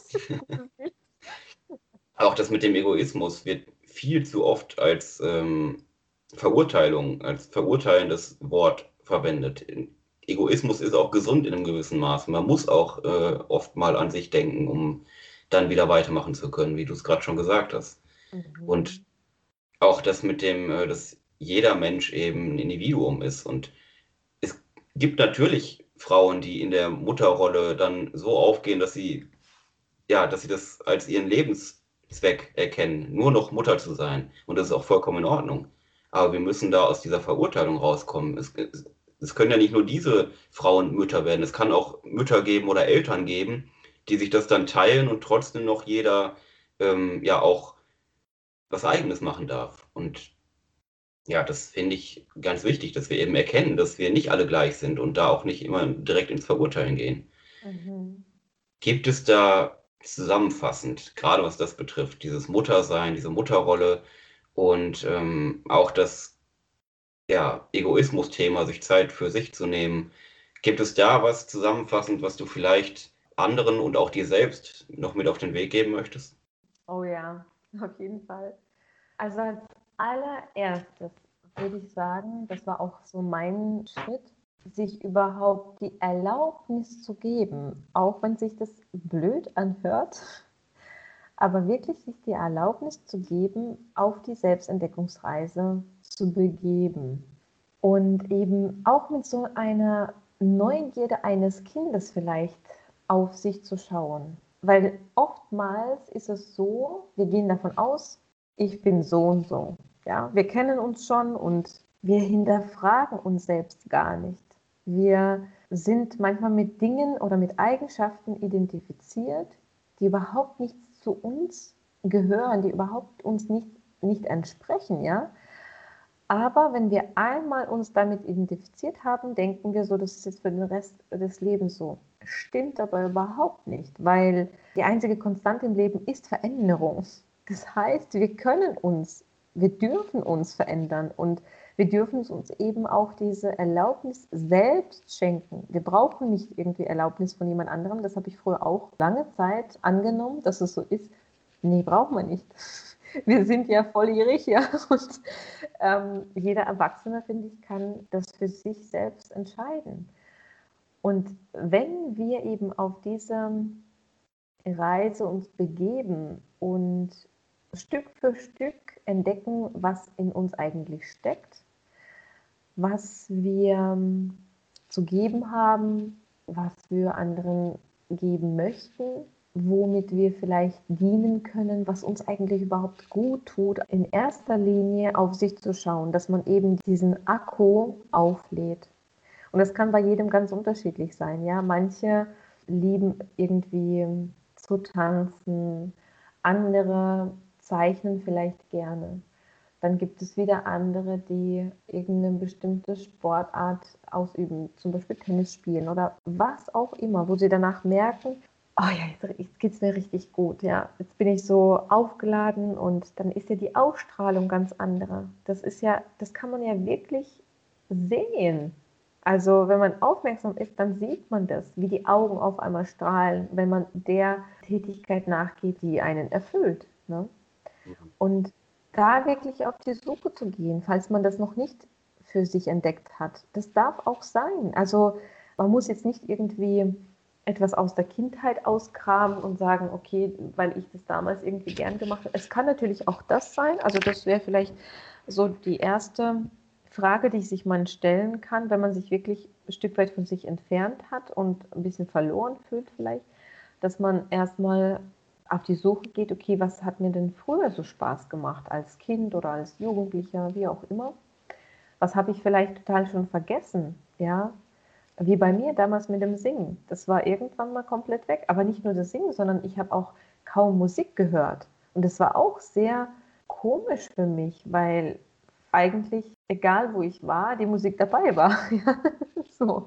auch das mit dem Egoismus wird viel zu oft als ähm, Verurteilung, als verurteilendes Wort verwendet. Egoismus ist auch gesund in einem gewissen Maß. Man muss auch äh, oft mal an sich denken, um dann wieder weitermachen zu können, wie du es gerade schon gesagt hast. Und
Mhm.
auch das mit dem, äh, dass jeder Mensch eben ein Individuum ist. Und es gibt natürlich Frauen, die in der Mutterrolle dann so aufgehen, dass sie, ja, dass sie das als ihren Lebenszweck erkennen, nur noch Mutter zu sein. Und das ist auch vollkommen in Ordnung. Aber wir müssen da aus dieser Verurteilung rauskommen. Es, es, es können ja nicht nur diese Frauen Mütter werden. Es kann auch Mütter geben oder Eltern geben, die sich das dann teilen und trotzdem noch jeder ähm, ja auch was Eigenes machen darf. Und ja, das finde ich ganz wichtig, dass wir eben erkennen, dass wir nicht alle gleich sind und da auch nicht immer direkt ins Verurteilen gehen.
Mhm.
Gibt es da zusammenfassend, gerade was das betrifft, dieses Muttersein, diese Mutterrolle und ähm, auch das ja, Egoismus-Thema, sich Zeit für sich zu nehmen, gibt es da was zusammenfassend, was du vielleicht anderen und auch dir selbst noch mit auf den Weg geben möchtest?
Oh ja, auf jeden Fall. Also als allererstes würde ich sagen, das war auch so mein Schritt, sich überhaupt die Erlaubnis zu geben, auch wenn sich das blöd anhört, aber wirklich sich die Erlaubnis zu geben, auf die Selbstentdeckungsreise zu begeben. Und eben auch mit so einer Neugierde eines Kindes vielleicht auf sich zu schauen. Weil oftmals ist es so, wir gehen davon aus, ich bin so und so. Ja, wir kennen uns schon und wir hinterfragen uns selbst gar nicht. Wir sind manchmal mit Dingen oder mit Eigenschaften identifiziert, die überhaupt nicht zu uns gehören, die überhaupt uns nicht, nicht entsprechen, ja. Aber wenn wir einmal uns damit identifiziert haben, denken wir so, das ist jetzt für den Rest des Lebens so. Stimmt aber überhaupt nicht, weil die einzige Konstante im Leben ist Veränderung. Das heißt, wir können uns, wir dürfen uns verändern und wir dürfen uns eben auch diese Erlaubnis selbst schenken. Wir brauchen nicht irgendwie Erlaubnis von jemand anderem. Das habe ich früher auch lange Zeit angenommen, dass es so ist. Nee, brauchen wir nicht. Wir sind ja volljährig, ja. Und ähm, jeder Erwachsene, finde ich, kann das für sich selbst entscheiden. Und wenn wir eben auf diese Reise uns begeben und Stück für Stück entdecken, was in uns eigentlich steckt, was wir zu geben haben, was wir anderen geben möchten, womit wir vielleicht dienen können, was uns eigentlich überhaupt gut tut, in erster Linie auf sich zu schauen, dass man eben diesen Akku auflädt. Und das kann bei jedem ganz unterschiedlich sein. Ja? Manche lieben irgendwie zu tanzen, andere zeichnen vielleicht gerne. Dann gibt es wieder andere, die irgendeine bestimmte Sportart ausüben, zum Beispiel Tennis spielen oder was auch immer, wo sie danach merken, oh ja, jetzt geht es mir richtig gut, ja. Jetzt bin ich so aufgeladen und dann ist ja die Ausstrahlung ganz andere. Das ist ja, das kann man ja wirklich sehen. Also wenn man aufmerksam ist, dann sieht man das, wie die Augen auf einmal strahlen, wenn man der Tätigkeit nachgeht, die einen erfüllt. Ne? Und da wirklich auf die Suche zu gehen, falls man das noch nicht für sich entdeckt hat. Das darf auch sein. Also man muss jetzt nicht irgendwie etwas aus der Kindheit auskramen und sagen, okay, weil ich das damals irgendwie gern gemacht habe. Es kann natürlich auch das sein. Also das wäre vielleicht so die erste Frage, die sich man stellen kann, wenn man sich wirklich ein Stück weit von sich entfernt hat und ein bisschen verloren fühlt vielleicht, dass man erstmal auf die Suche geht, okay, was hat mir denn früher so Spaß gemacht, als Kind oder als Jugendlicher, wie auch immer. Was habe ich vielleicht total schon vergessen, ja, wie bei mir damals mit dem Singen. Das war irgendwann mal komplett weg, aber nicht nur das Singen, sondern ich habe auch kaum Musik gehört. Und das war auch sehr komisch für mich, weil eigentlich, egal wo ich war, die Musik dabei war. so.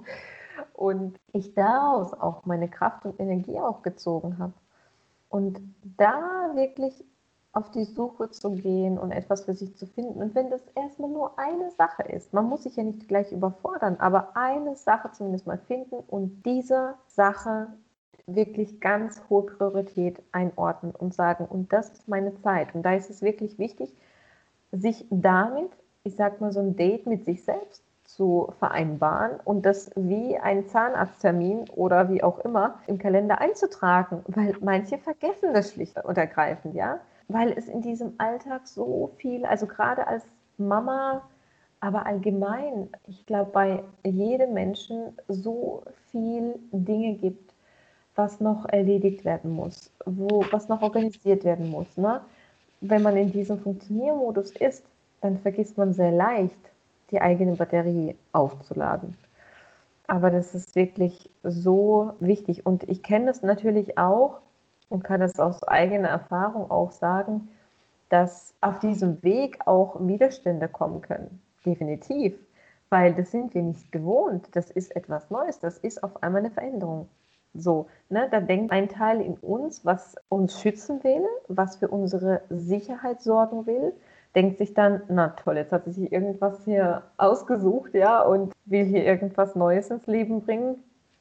Und ich daraus auch meine Kraft und Energie auch gezogen habe. Und da wirklich auf die Suche zu gehen und etwas für sich zu finden. Und wenn das erstmal nur eine Sache ist, man muss sich ja nicht gleich überfordern, aber eine Sache zumindest mal finden und dieser Sache wirklich ganz hohe Priorität einordnen und sagen, und das ist meine Zeit. Und da ist es wirklich wichtig, sich damit, ich sag mal, so ein Date mit sich selbst zu vereinbaren und das wie ein Zahnarzttermin oder wie auch immer im Kalender einzutragen, weil manche vergessen das schlicht und ergreifend, ja, weil es in diesem Alltag so viel, also gerade als Mama, aber allgemein, ich glaube, bei jedem Menschen so viel Dinge gibt, was noch erledigt werden muss, wo, was noch organisiert werden muss, ne? Wenn man in diesem Funktioniermodus ist, dann vergisst man sehr leicht, die eigene Batterie aufzuladen. Aber das ist wirklich so wichtig. Und ich kenne das natürlich auch und kann das aus eigener Erfahrung auch sagen, dass auf diesem Weg auch Widerstände kommen können. Definitiv. Weil das sind wir nicht gewohnt. Das ist etwas Neues. Das ist auf einmal eine Veränderung. So, ne, da denkt ein Teil in uns, was uns schützen will, was für unsere Sicherheit sorgen will, denkt sich dann, na toll, jetzt hat sie sich irgendwas hier ausgesucht, ja, und will hier irgendwas Neues ins Leben bringen.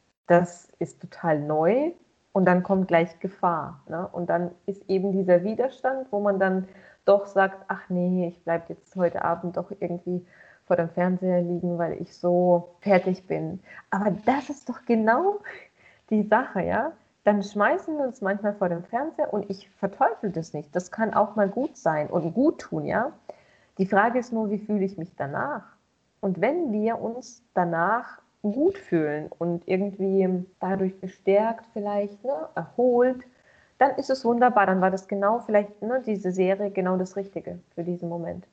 Das ist total neu und dann kommt gleich Gefahr. Ne? Und dann ist eben dieser Widerstand, wo man dann doch sagt, ach nee, ich bleibe jetzt heute Abend doch irgendwie vor dem Fernseher liegen, weil ich so fertig bin. Aber das ist doch genau die Sache, ja, dann schmeißen wir uns manchmal vor dem Fernseher und ich verteufel das nicht. Das kann auch mal gut sein und gut tun, ja. Die Frage ist nur, wie fühle ich mich danach? Und wenn wir uns danach gut fühlen und irgendwie dadurch gestärkt vielleicht, ne, erholt, dann ist es wunderbar. Dann war das genau vielleicht, ne, diese Serie genau das Richtige für diesen Moment.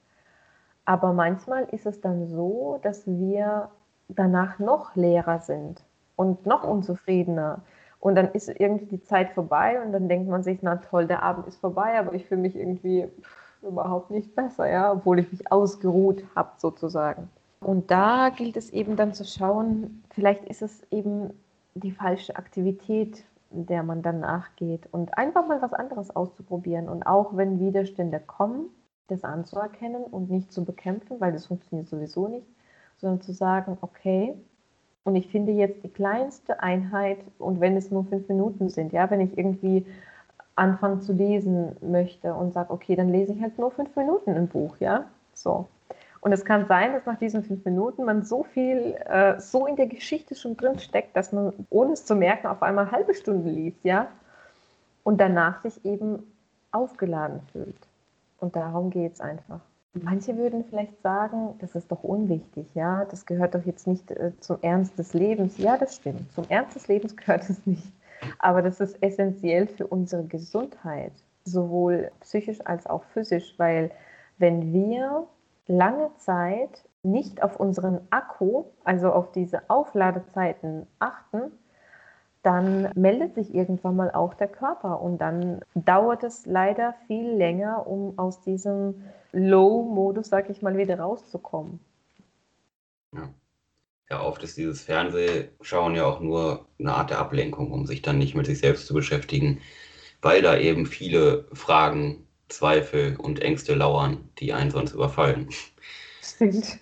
Aber manchmal ist es dann so, dass wir danach noch leerer sind und noch unzufriedener. Und dann ist irgendwie die Zeit vorbei und dann denkt man sich, na toll, der Abend ist vorbei, aber ich fühle mich irgendwie pff, überhaupt nicht besser, ja, obwohl ich mich ausgeruht habe sozusagen. Und da gilt es eben dann zu schauen, vielleicht ist es eben die falsche Aktivität, der man dann nachgeht und einfach mal was anderes auszuprobieren. Und auch wenn Widerstände kommen, das anzuerkennen und nicht zu bekämpfen, weil das funktioniert sowieso nicht, sondern zu sagen, okay, und ich finde jetzt die kleinste Einheit, und wenn es nur fünf Minuten sind, ja, wenn ich irgendwie anfangen zu lesen möchte und sage, okay, dann lese ich halt nur fünf Minuten ein Buch, ja, so. Und es kann sein, dass nach diesen fünf Minuten man so viel, äh, so in der Geschichte schon drin steckt, dass man, ohne es zu merken, auf einmal eine halbe Stunde liest, ja, und danach sich eben aufgeladen fühlt. Und darum geht es einfach. Manche würden vielleicht sagen, das ist doch unwichtig, ja, das gehört doch jetzt nicht äh, zum Ernst des Lebens. Ja, das stimmt, zum Ernst des Lebens gehört es nicht. Aber das ist essentiell für unsere Gesundheit, sowohl psychisch als auch physisch, weil wenn wir lange Zeit nicht auf unseren Akku, also auf diese Aufladezeiten achten, dann meldet sich irgendwann mal auch der Körper und dann dauert es leider viel länger, um aus diesem Low-Modus, sag ich mal, wieder rauszukommen.
Ja. Ja, oft ist dieses Fernsehschauen ja auch nur eine Art der Ablenkung, um sich dann nicht mit sich selbst zu beschäftigen, weil da eben viele Fragen, Zweifel und Ängste lauern, die einen sonst überfallen.
Stimmt.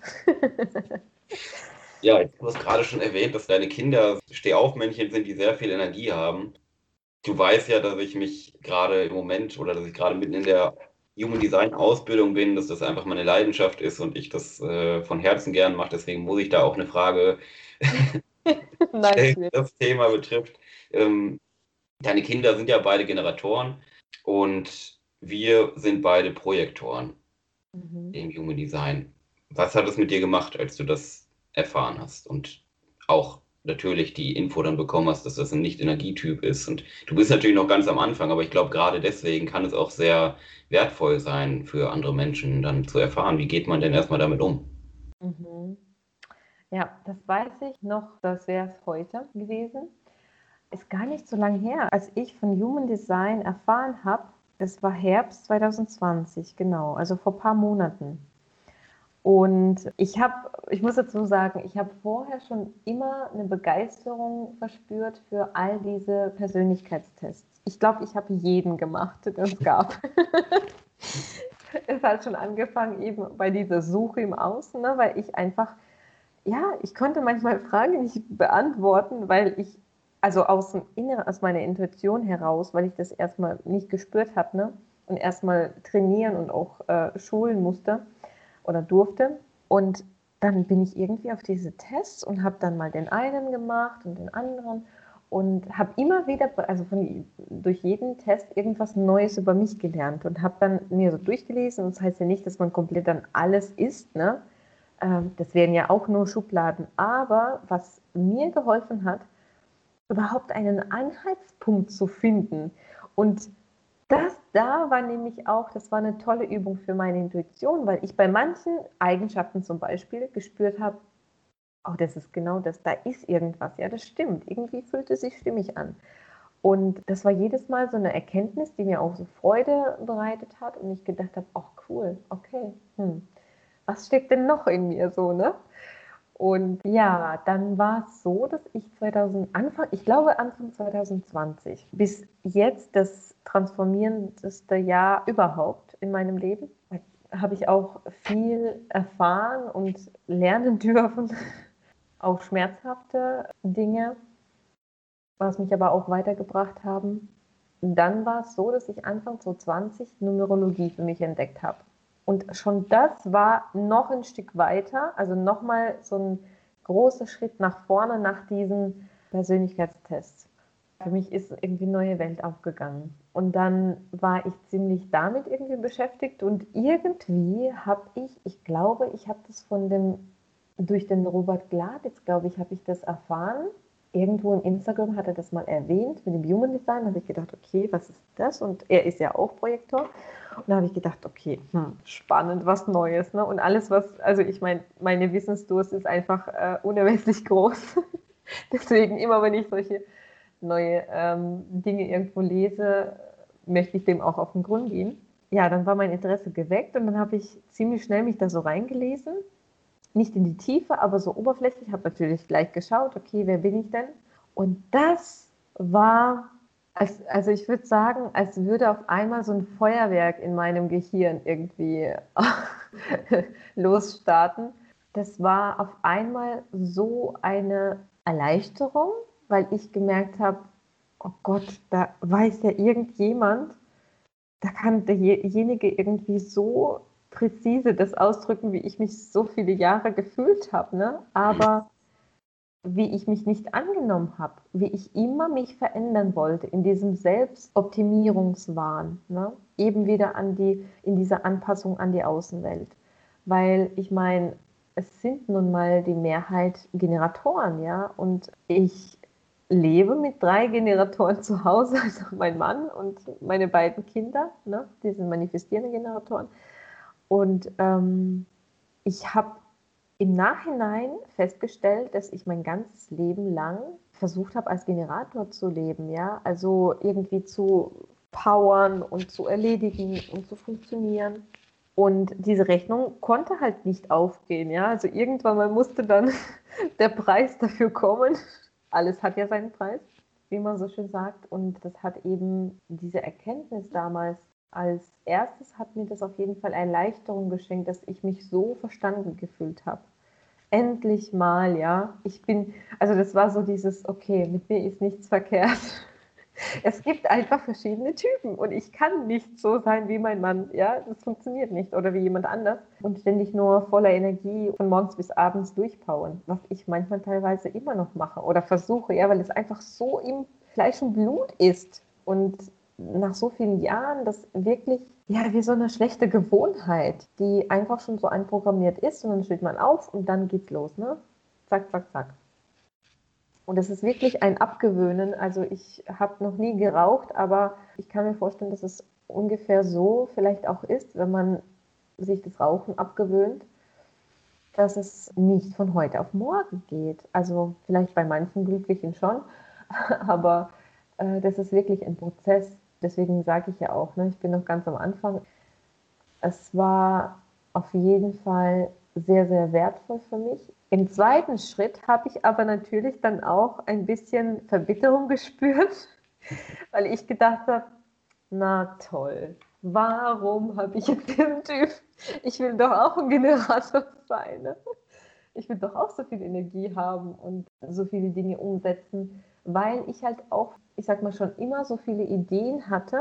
Ja, du hast gerade schon erwähnt, dass deine Kinder Stehaufmännchen sind, die sehr viel Energie haben. Du weißt ja, dass ich mich gerade im Moment oder dass ich gerade mitten in der Human Design Ausbildung bin, dass das einfach meine Leidenschaft ist und ich das äh, von Herzen gern mache. Deswegen muss ich da auch eine Frage stellen, die
Nein,
das Thema betrifft. Ähm, deine Kinder sind ja beide Generatoren und wir sind beide Projektoren
mhm.
im Human Design. Was hat es mit dir gemacht, als du das erfahren hast und auch natürlich die Info dann bekommen hast, dass das ein Nicht-Energietyp ist? Und du bist natürlich noch ganz am Anfang, aber ich glaube, gerade deswegen kann es auch sehr wertvoll sein für andere Menschen, dann zu erfahren, wie geht man denn erstmal damit um?
Mhm. Ja, das weiß ich noch, das wäre es heute gewesen. Ist gar nicht so lange her, als ich von Human Design erfahren habe. Das war Herbst zwanzig zwanzig, genau, also vor ein paar Monaten. Und ich habe, ich muss dazu sagen, ich habe vorher schon immer eine Begeisterung verspürt für all diese Persönlichkeitstests. Ich glaube, ich habe jeden gemacht, den es gab. Es hat schon angefangen eben bei dieser Suche im Außen, ne, weil ich einfach, ja, ich konnte manchmal Fragen nicht beantworten, weil ich, also aus dem Inneren, aus meiner Intuition heraus, weil ich das erstmal nicht gespürt habe, ne, und erstmal trainieren und auch äh, schulen musste oder durfte. Und dann bin ich irgendwie auf diese Tests und habe dann mal den einen gemacht und den anderen und habe immer wieder, also von, durch jeden Test irgendwas Neues über mich gelernt und habe dann mir so durchgelesen. Und das heißt ja nicht, dass man komplett dann alles ist, ne? Ähm, das wären ja auch nur Schubladen. Aber was mir geholfen hat, überhaupt einen Anhaltspunkt zu finden. Und das da war nämlich auch, das war eine tolle Übung für meine Intuition, weil ich bei manchen Eigenschaften zum Beispiel gespürt habe, oh, das ist genau das, da ist irgendwas, ja, das stimmt, irgendwie fühlt es sich stimmig an. Und das war jedes Mal so eine Erkenntnis, die mir auch so Freude bereitet hat und ich gedacht habe, ach cool, okay, hm, was steckt denn noch in mir so, ne? Und ja, dann war es so, dass ich zweitausend, Anfang, ich glaube Anfang zwanzig zwanzig, bis jetzt das transformierendste Jahr überhaupt in meinem Leben, habe ich auch viel erfahren und lernen dürfen, auch schmerzhafte Dinge, was mich aber auch weitergebracht haben. Dann war es so, dass ich Anfang zwanzig zwanzig Numerologie für mich entdeckt habe. Und schon das war noch ein Stück weiter, also nochmal so ein großer Schritt nach vorne nach diesen Persönlichkeitstests. Für mich ist irgendwie eine neue Welt aufgegangen. Und dann war ich ziemlich damit irgendwie beschäftigt und irgendwie habe ich, ich glaube, ich habe das von dem, durch den Robert Gladitz, glaube ich, habe ich das erfahren. Irgendwo in Instagram hat er das mal erwähnt mit dem Human Design. Da habe ich gedacht, okay, was ist das? Und er ist ja auch Projektor. Und da habe ich gedacht, okay, hm, spannend, was Neues. Ne? Und alles, was, also ich meine, meine Wissensdurst ist einfach äh, unermesslich groß. Deswegen immer, wenn ich solche neue ähm, Dinge irgendwo lese, möchte ich dem auch auf den Grund gehen. Ja, dann war mein Interesse geweckt und dann habe ich ziemlich schnell mich da so reingelesen. Nicht in die Tiefe, aber so oberflächlich. Ich habe natürlich gleich geschaut, okay, wer bin ich denn? Und das war, als, also ich würde sagen, als würde auf einmal so ein Feuerwerk in meinem Gehirn irgendwie losstarten. Das war auf einmal so eine Erleichterung, weil ich gemerkt habe, oh Gott, da weiß ja irgendjemand, da kann derjenige irgendwie so präzise das ausdrücken, wie ich mich so viele Jahre gefühlt habe, ne? Aber wie ich mich nicht angenommen habe, wie ich immer mich verändern wollte in diesem Selbstoptimierungswahn, ne? Eben wieder an die, in dieser Anpassung an die Außenwelt. Weil ich meine, es sind nun mal die Mehrheit Generatoren, ja, und ich lebe mit drei Generatoren zu Hause, also mein Mann und meine beiden Kinder, ne? Die sind manifestierende Generatoren. Und ähm, ich habe im Nachhinein festgestellt, dass ich mein ganzes Leben lang versucht habe, als Generator zu leben, ja, also irgendwie zu powern und zu erledigen und zu funktionieren. Und diese Rechnung konnte halt nicht aufgehen, ja, also irgendwann mal musste dann der Preis dafür kommen. Alles hat ja seinen Preis, wie man so schön sagt. Und das hat eben diese Erkenntnis damals, als erstes hat mir das auf jeden Fall Erleichterung geschenkt, dass ich mich so verstanden gefühlt habe. Endlich mal, ja. Ich bin, also das war so dieses, okay, mit mir ist nichts verkehrt. Es gibt einfach verschiedene Typen und ich kann nicht so sein wie mein Mann, ja, das funktioniert nicht oder wie jemand anders und ständig nur voller Energie von morgens bis abends durchpowern, was ich manchmal teilweise immer noch mache oder versuche, ja, weil es einfach so im Fleisch und Blut ist und nach so vielen Jahren das wirklich, ja, wie so eine schlechte Gewohnheit, die einfach schon so einprogrammiert ist und dann steht man auf und dann geht's los, ne? Zack, zack, zack. Und das ist wirklich ein Abgewöhnen. Also ich habe noch nie geraucht, aber ich kann mir vorstellen, dass es ungefähr so vielleicht auch ist, wenn man sich das Rauchen abgewöhnt, dass es nicht von heute auf morgen geht. Also vielleicht bei manchen Glücklichen schon, aber äh, das ist wirklich ein Prozess. Deswegen sage ich ja auch, ne, ich bin noch ganz am Anfang. Es war auf jeden Fall sehr, sehr wertvoll für mich. Im zweiten Schritt habe ich aber natürlich dann auch ein bisschen Verbitterung gespürt, weil ich gedacht habe, na toll, warum habe ich jetzt diesen Typ? Ich will doch auch ein Generator sein. Ne? Ich will doch auch so viel Energie haben und so viele Dinge umsetzen, weil ich halt auch, ich sag mal, schon immer so viele Ideen hatte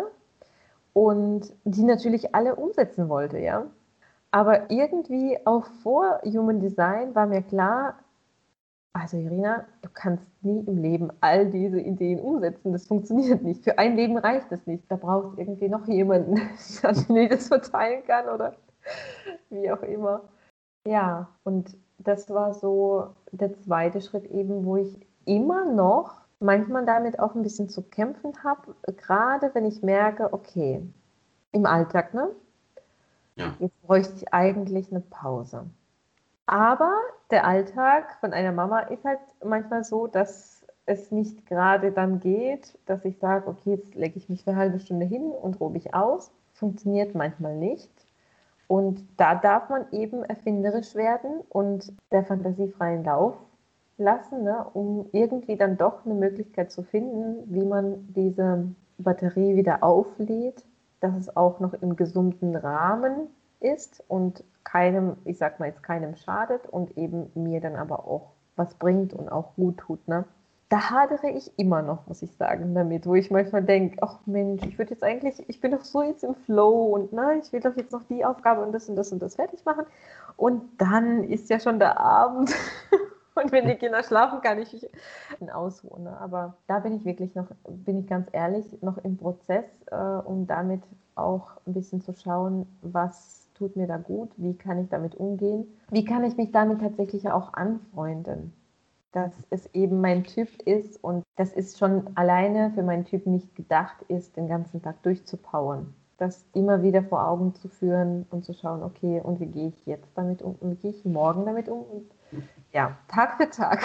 und die natürlich alle umsetzen wollte, ja. Aber irgendwie auch vor Human Design war mir klar, also Irina, du kannst nie im Leben all diese Ideen umsetzen. Das funktioniert nicht. Für ein Leben reicht es nicht. Da brauchst du irgendwie noch jemanden, der das verteilen kann oder wie auch immer. Ja, und das war so der zweite Schritt eben, wo ich immer noch manchmal damit auch ein bisschen zu kämpfen habe, gerade wenn ich merke, okay, im Alltag, ne?
Ja.
Jetzt bräuchte ich eigentlich eine Pause. Aber der Alltag von einer Mama ist halt manchmal so, dass es nicht gerade dann geht, dass ich sage, okay, jetzt lege ich mich für eine halbe Stunde hin und ruhe mich aus. Funktioniert manchmal nicht. Und da darf man eben erfinderisch werden und der Fantasie freien Lauf lassen, ne, um irgendwie dann doch eine Möglichkeit zu finden, wie man diese Batterie wieder auflädt, dass es auch noch im gesunden Rahmen ist und keinem, ich sag mal jetzt keinem schadet und eben mir dann aber auch was bringt und auch gut tut, ne? Da hadere ich immer noch, muss ich sagen, damit, wo ich manchmal denke, ach Mensch, ich würde jetzt eigentlich, ich bin doch so jetzt im Flow und ne, ich will doch jetzt noch die Aufgabe und das und das und das fertig machen und dann ist ja schon der Abend und wenn die Kinder schlafen, kann ich mich ausruhen. Ne? Aber da bin ich wirklich noch, bin ich ganz ehrlich, noch im Prozess, äh, um damit auch ein bisschen zu schauen, was tut mir da gut, wie kann ich damit umgehen, wie kann ich mich damit tatsächlich auch anfreunden, dass es eben mein Typ ist und das ist schon alleine für meinen Typ nicht gedacht ist, den ganzen Tag durchzupowern. Das immer wieder vor Augen zu führen und zu schauen, okay, und wie gehe ich jetzt damit um und wie gehe ich morgen damit um und ja, Tag für Tag.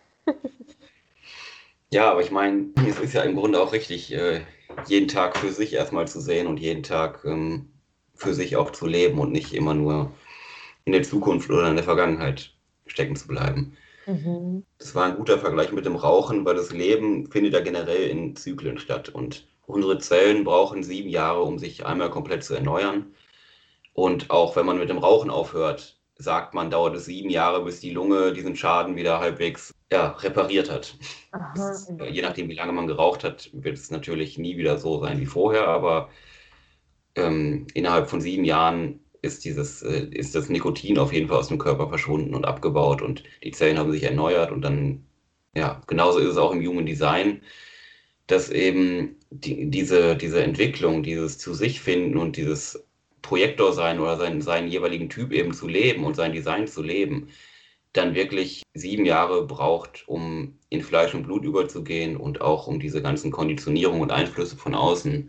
Ja, aber ich meine, es ist ja im Grunde auch richtig, äh, jeden Tag für sich erstmal zu sehen und jeden Tag ähm, für sich auch zu leben und nicht immer nur in der Zukunft oder in der Vergangenheit stecken zu bleiben.
Mhm.
Das war ein guter Vergleich mit dem Rauchen, weil das Leben findet ja generell in Zyklen statt und unsere Zellen brauchen sieben Jahre, um sich einmal komplett zu erneuern. Und auch wenn man mit dem Rauchen aufhört, sagt man, dauert es sieben Jahre, bis die Lunge diesen Schaden wieder halbwegs ja, repariert hat.
Aha,
Ist, äh, je
interessant.
nachdem, wie lange man geraucht hat, wird es natürlich nie wieder so sein wie vorher, aber ähm, innerhalb von sieben Jahren ist dieses, äh, ist das Nikotin auf jeden Fall aus dem Körper verschwunden und abgebaut und die Zellen haben sich erneuert und dann, ja, genauso ist es auch im Human Design, dass eben die, diese, diese Entwicklung, dieses zu sich finden und dieses Projektor sein oder seinen, seinen jeweiligen Typ eben zu leben und sein Design zu leben, dann wirklich sieben Jahre braucht, um in Fleisch und Blut überzugehen und auch um diese ganzen Konditionierungen und Einflüsse von außen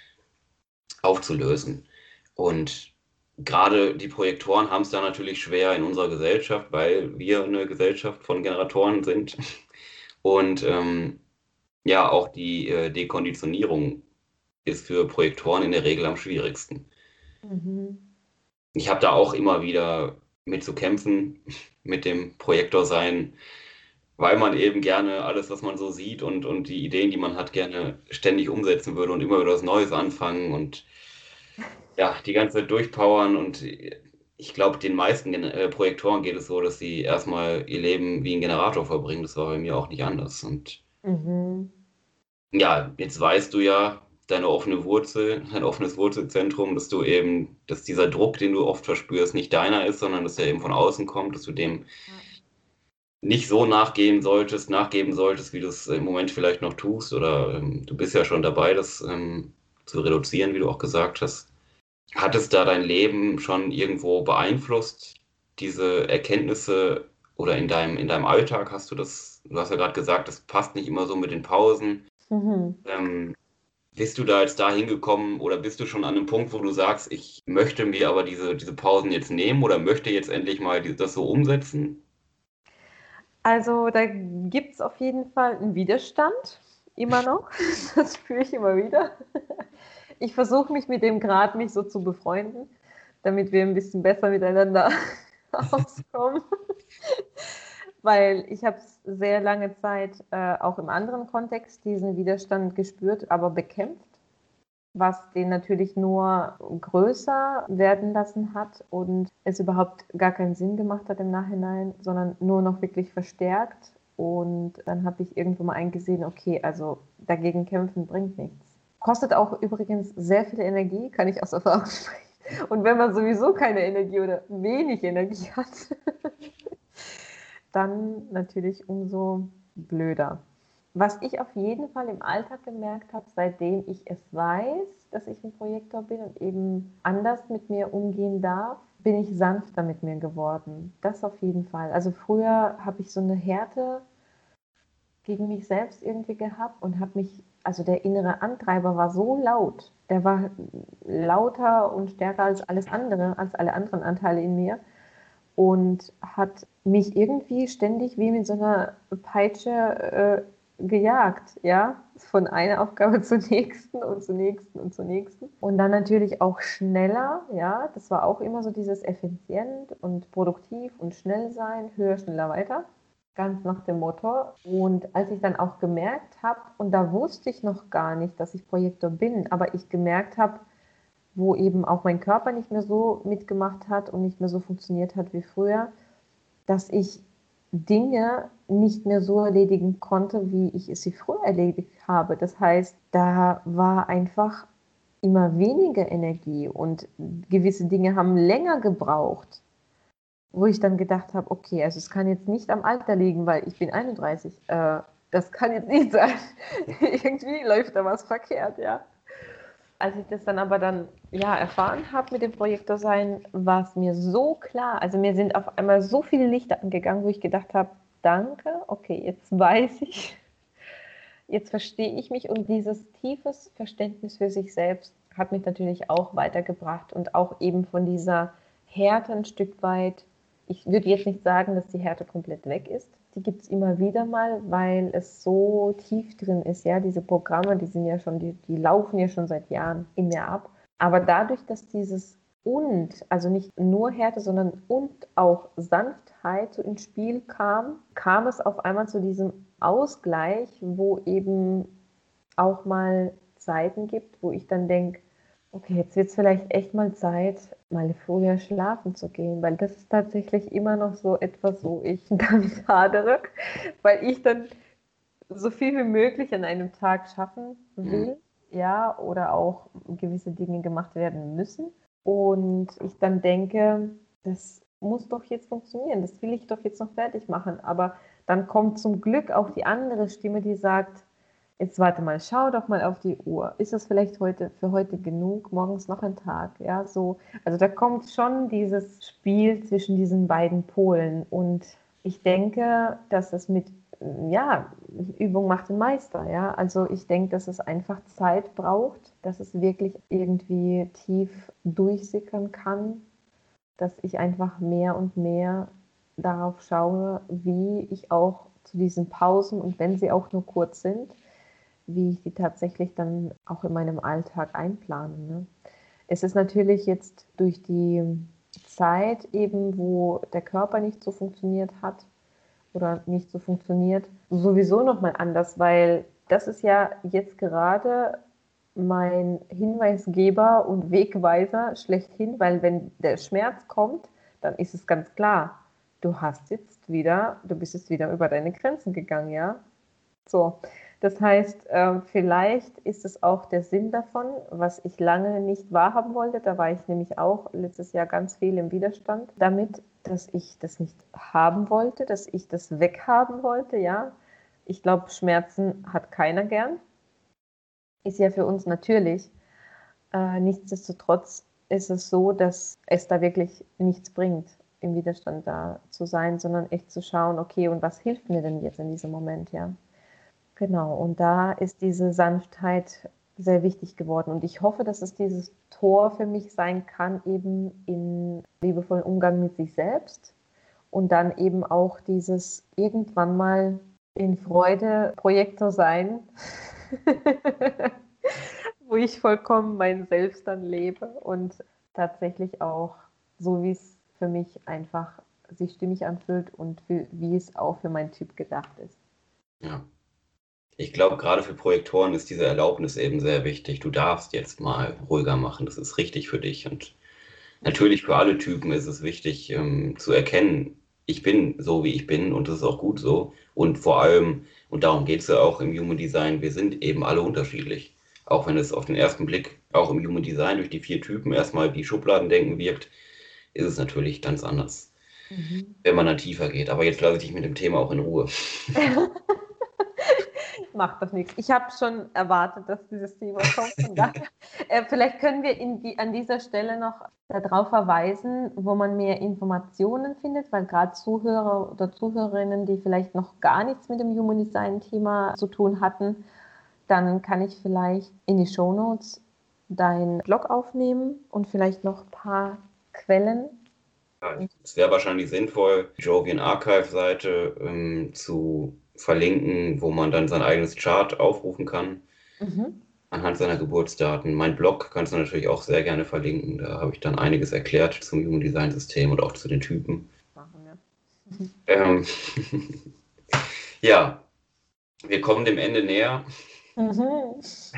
aufzulösen. Und gerade die Projektoren haben es da natürlich schwer in unserer Gesellschaft, weil wir eine Gesellschaft von Generatoren sind. Und ähm, ja, auch die äh, Dekonditionierung ist für Projektoren in der Regel am schwierigsten.
Mhm.
Ich habe da auch immer wieder mit zu kämpfen, mit dem Projektor sein, weil man eben gerne alles, was man so sieht und, und die Ideen, die man hat, gerne ständig umsetzen würde und immer wieder was Neues anfangen und ja, die ganze Zeit durchpowern. Und ich glaube, den meisten Gen äh, Projektoren geht es so, dass sie erstmal ihr Leben wie ein Generator verbringen. Das war bei mir auch nicht anders. Und
Mhm.
ja, jetzt weißt du ja, deine offene Wurzel, dein offenes Wurzelzentrum, dass du eben, dass dieser Druck, den du oft verspürst, nicht deiner ist, sondern dass der eben von außen kommt, dass du dem
Ja.
nicht so nachgehen solltest, nachgeben solltest, wie du es im Moment vielleicht noch tust. Oder ähm, du bist ja schon dabei, das ähm, zu reduzieren, wie du auch gesagt hast. Hat es da dein Leben schon irgendwo beeinflusst, diese Erkenntnisse oder in deinem, in deinem Alltag hast du das, du hast ja gerade gesagt, das passt nicht immer so mit den Pausen.
Mhm.
Ähm, Bist du da jetzt dahin gekommen oder bist du schon an einem Punkt, wo du sagst, ich möchte mir aber diese, diese Pausen jetzt nehmen oder möchte jetzt endlich mal die, das so umsetzen?
Also da gibt es auf jeden Fall einen Widerstand, immer noch. Das spüre ich immer wieder. Ich versuche mich mit dem Grad mich so zu befreunden, damit wir ein bisschen besser miteinander auskommen. Weil ich habe sehr lange Zeit äh, auch im anderen Kontext diesen Widerstand gespürt, aber bekämpft, was den natürlich nur größer werden lassen hat und es überhaupt gar keinen Sinn gemacht hat im Nachhinein, sondern nur noch wirklich verstärkt. Und dann habe ich irgendwo mal eingesehen, okay, also dagegen kämpfen bringt nichts. Kostet auch übrigens sehr viel Energie, kann ich aus Erfahrung sprechen. Und wenn man sowieso keine Energie oder wenig Energie hat, dann natürlich umso blöder. Was ich auf jeden Fall im Alltag gemerkt habe, seitdem ich es weiß, dass ich ein Projektor bin und eben anders mit mir umgehen darf, bin ich sanfter mit mir geworden. Das auf jeden Fall. Also früher habe ich so eine Härte gegen mich selbst irgendwie gehabt und habe mich, also der innere Antreiber war so laut, der war lauter und stärker als alles andere, als alle anderen Anteile in mir und hat mich irgendwie ständig wie mit so einer Peitsche äh, gejagt, ja, von einer Aufgabe zur nächsten und zur nächsten und zur nächsten. Und dann natürlich auch schneller, ja, das war auch immer so dieses effizient und produktiv und schnell sein, höher, schneller, weiter, ganz nach dem Motto. Und als ich dann auch gemerkt habe, und da wusste ich noch gar nicht, dass ich Projektor bin, aber ich gemerkt habe, wo eben auch mein Körper nicht mehr so mitgemacht hat und nicht mehr so funktioniert hat wie früher, dass ich Dinge nicht mehr so erledigen konnte, wie ich es sie früher erledigt habe. Das heißt, da war einfach immer weniger Energie und gewisse Dinge haben länger gebraucht, wo ich dann gedacht habe, okay, also es kann jetzt nicht am Alter liegen, weil ich bin einunddreißig. Äh, das kann jetzt nicht sein. Irgendwie läuft da was verkehrt, ja. Als ich das dann aber dann ja, erfahren habe mit dem Projektor sein, war es mir so klar. Also mir sind auf einmal so viele Lichter angegangen, wo ich gedacht habe, danke, okay, jetzt weiß ich, jetzt verstehe ich mich und dieses tiefes Verständnis für sich selbst hat mich natürlich auch weitergebracht und auch eben von dieser Härte ein Stück weit. Ich würde jetzt nicht sagen, dass die Härte komplett weg ist. Die gibt es immer wieder mal, weil es so tief drin ist. Ja, diese Programme, die sind ja schon, die, die laufen ja schon seit Jahren in mir ab. Aber dadurch, dass dieses und, also nicht nur Härte, sondern und auch Sanftheit so ins Spiel kam, kam es auf einmal zu diesem Ausgleich, wo eben auch mal Zeiten gibt, wo ich dann denke, okay, jetzt wird es vielleicht echt mal Zeit, mal früher schlafen zu gehen, weil das ist tatsächlich immer noch so etwas, wo ich damit hadere, weil ich dann so viel wie möglich an einem Tag schaffen will, ja, oder auch gewisse Dinge gemacht werden müssen. Und ich dann denke, das muss doch jetzt funktionieren, das will ich doch jetzt noch fertig machen. Aber dann kommt zum Glück auch die andere Stimme, die sagt, jetzt warte mal, schau doch mal auf die Uhr. Ist das vielleicht heute für heute genug? Morgens noch ein Tag, ja, so. Also da kommt schon dieses Spiel zwischen diesen beiden Polen und Ich denke, dass es mit, ja, Übung macht den Meister, ja. Also ich denke, dass es einfach Zeit braucht, dass es wirklich irgendwie tief durchsickern kann, dass ich einfach mehr und mehr darauf schaue, wie ich auch zu diesen Pausen, und wenn sie auch nur kurz sind, wie ich die tatsächlich dann auch in meinem Alltag einplane. Ne? Es ist natürlich jetzt durch die Zeit eben, wo der Körper nicht so funktioniert hat oder nicht so funktioniert, sowieso nochmal anders, weil das ist ja jetzt gerade mein Hinweisgeber und Wegweiser schlechthin, weil wenn der Schmerz kommt, dann ist es ganz klar, du hast jetzt wieder, du bist jetzt wieder über deine Grenzen gegangen, ja. So, das heißt, äh, vielleicht ist es auch der Sinn davon, was ich lange nicht wahrhaben wollte. Da war ich nämlich auch letztes Jahr ganz viel im Widerstand damit, dass ich das nicht haben wollte, dass ich das weghaben wollte, ja. Ich glaube, Schmerzen hat keiner gern. Ist ja für uns natürlich. Äh, nichtsdestotrotz ist es so, dass es da wirklich nichts bringt, im Widerstand da zu sein, sondern echt zu schauen, okay, und was hilft mir denn jetzt in diesem Moment, ja? Genau, und da ist diese Sanftheit sehr wichtig geworden. Und ich hoffe, dass es dieses Tor für mich sein kann, eben in liebevollen Umgang mit sich selbst und dann eben auch dieses irgendwann mal in Freude Projektor sein, wo ich vollkommen mein Selbst dann lebe und tatsächlich auch so, wie es für mich einfach sich stimmig anfühlt und wie, wie es auch für meinen Typ gedacht ist.
Ja. Ich glaube, gerade für Projektoren ist diese Erlaubnis eben sehr wichtig. Du darfst jetzt mal ruhiger machen. Das ist richtig für dich. Und natürlich für alle Typen ist es wichtig, ähm, zu erkennen, ich bin so, wie ich bin und das ist auch gut so. Und vor allem, und darum geht es ja auch im Human Design, wir sind eben alle unterschiedlich. Auch wenn es auf den ersten Blick auch im Human Design durch die vier Typen erstmal wie Schubladendenken wirkt, ist es natürlich ganz anders,
Mhm.
wenn man dann tiefer geht. Aber jetzt lasse ich dich mit dem Thema auch in Ruhe.
Macht doch nichts. Ich habe schon erwartet, dass dieses Thema kommt. Von daher, äh, vielleicht können wir in die, an dieser Stelle noch darauf verweisen, wo man mehr Informationen findet, weil gerade Zuhörer oder Zuhörerinnen, die vielleicht noch gar nichts mit dem Human Design Thema zu tun hatten, dann kann ich vielleicht in die Shownotes deinen Blog aufnehmen und vielleicht noch ein paar Quellen.
Ja, es wäre wahrscheinlich sinnvoll, die Jovian Archive-Seite ähm, zu verlinken, wo man dann sein eigenes Chart aufrufen kann,
Mhm.
anhand seiner Geburtsdaten. Mein Blog kannst du natürlich auch sehr gerne verlinken. Da habe ich dann einiges erklärt zum Human Design System und auch zu den Typen.
Machen wir.
Ähm, ja, wir kommen dem Ende näher.
Mhm.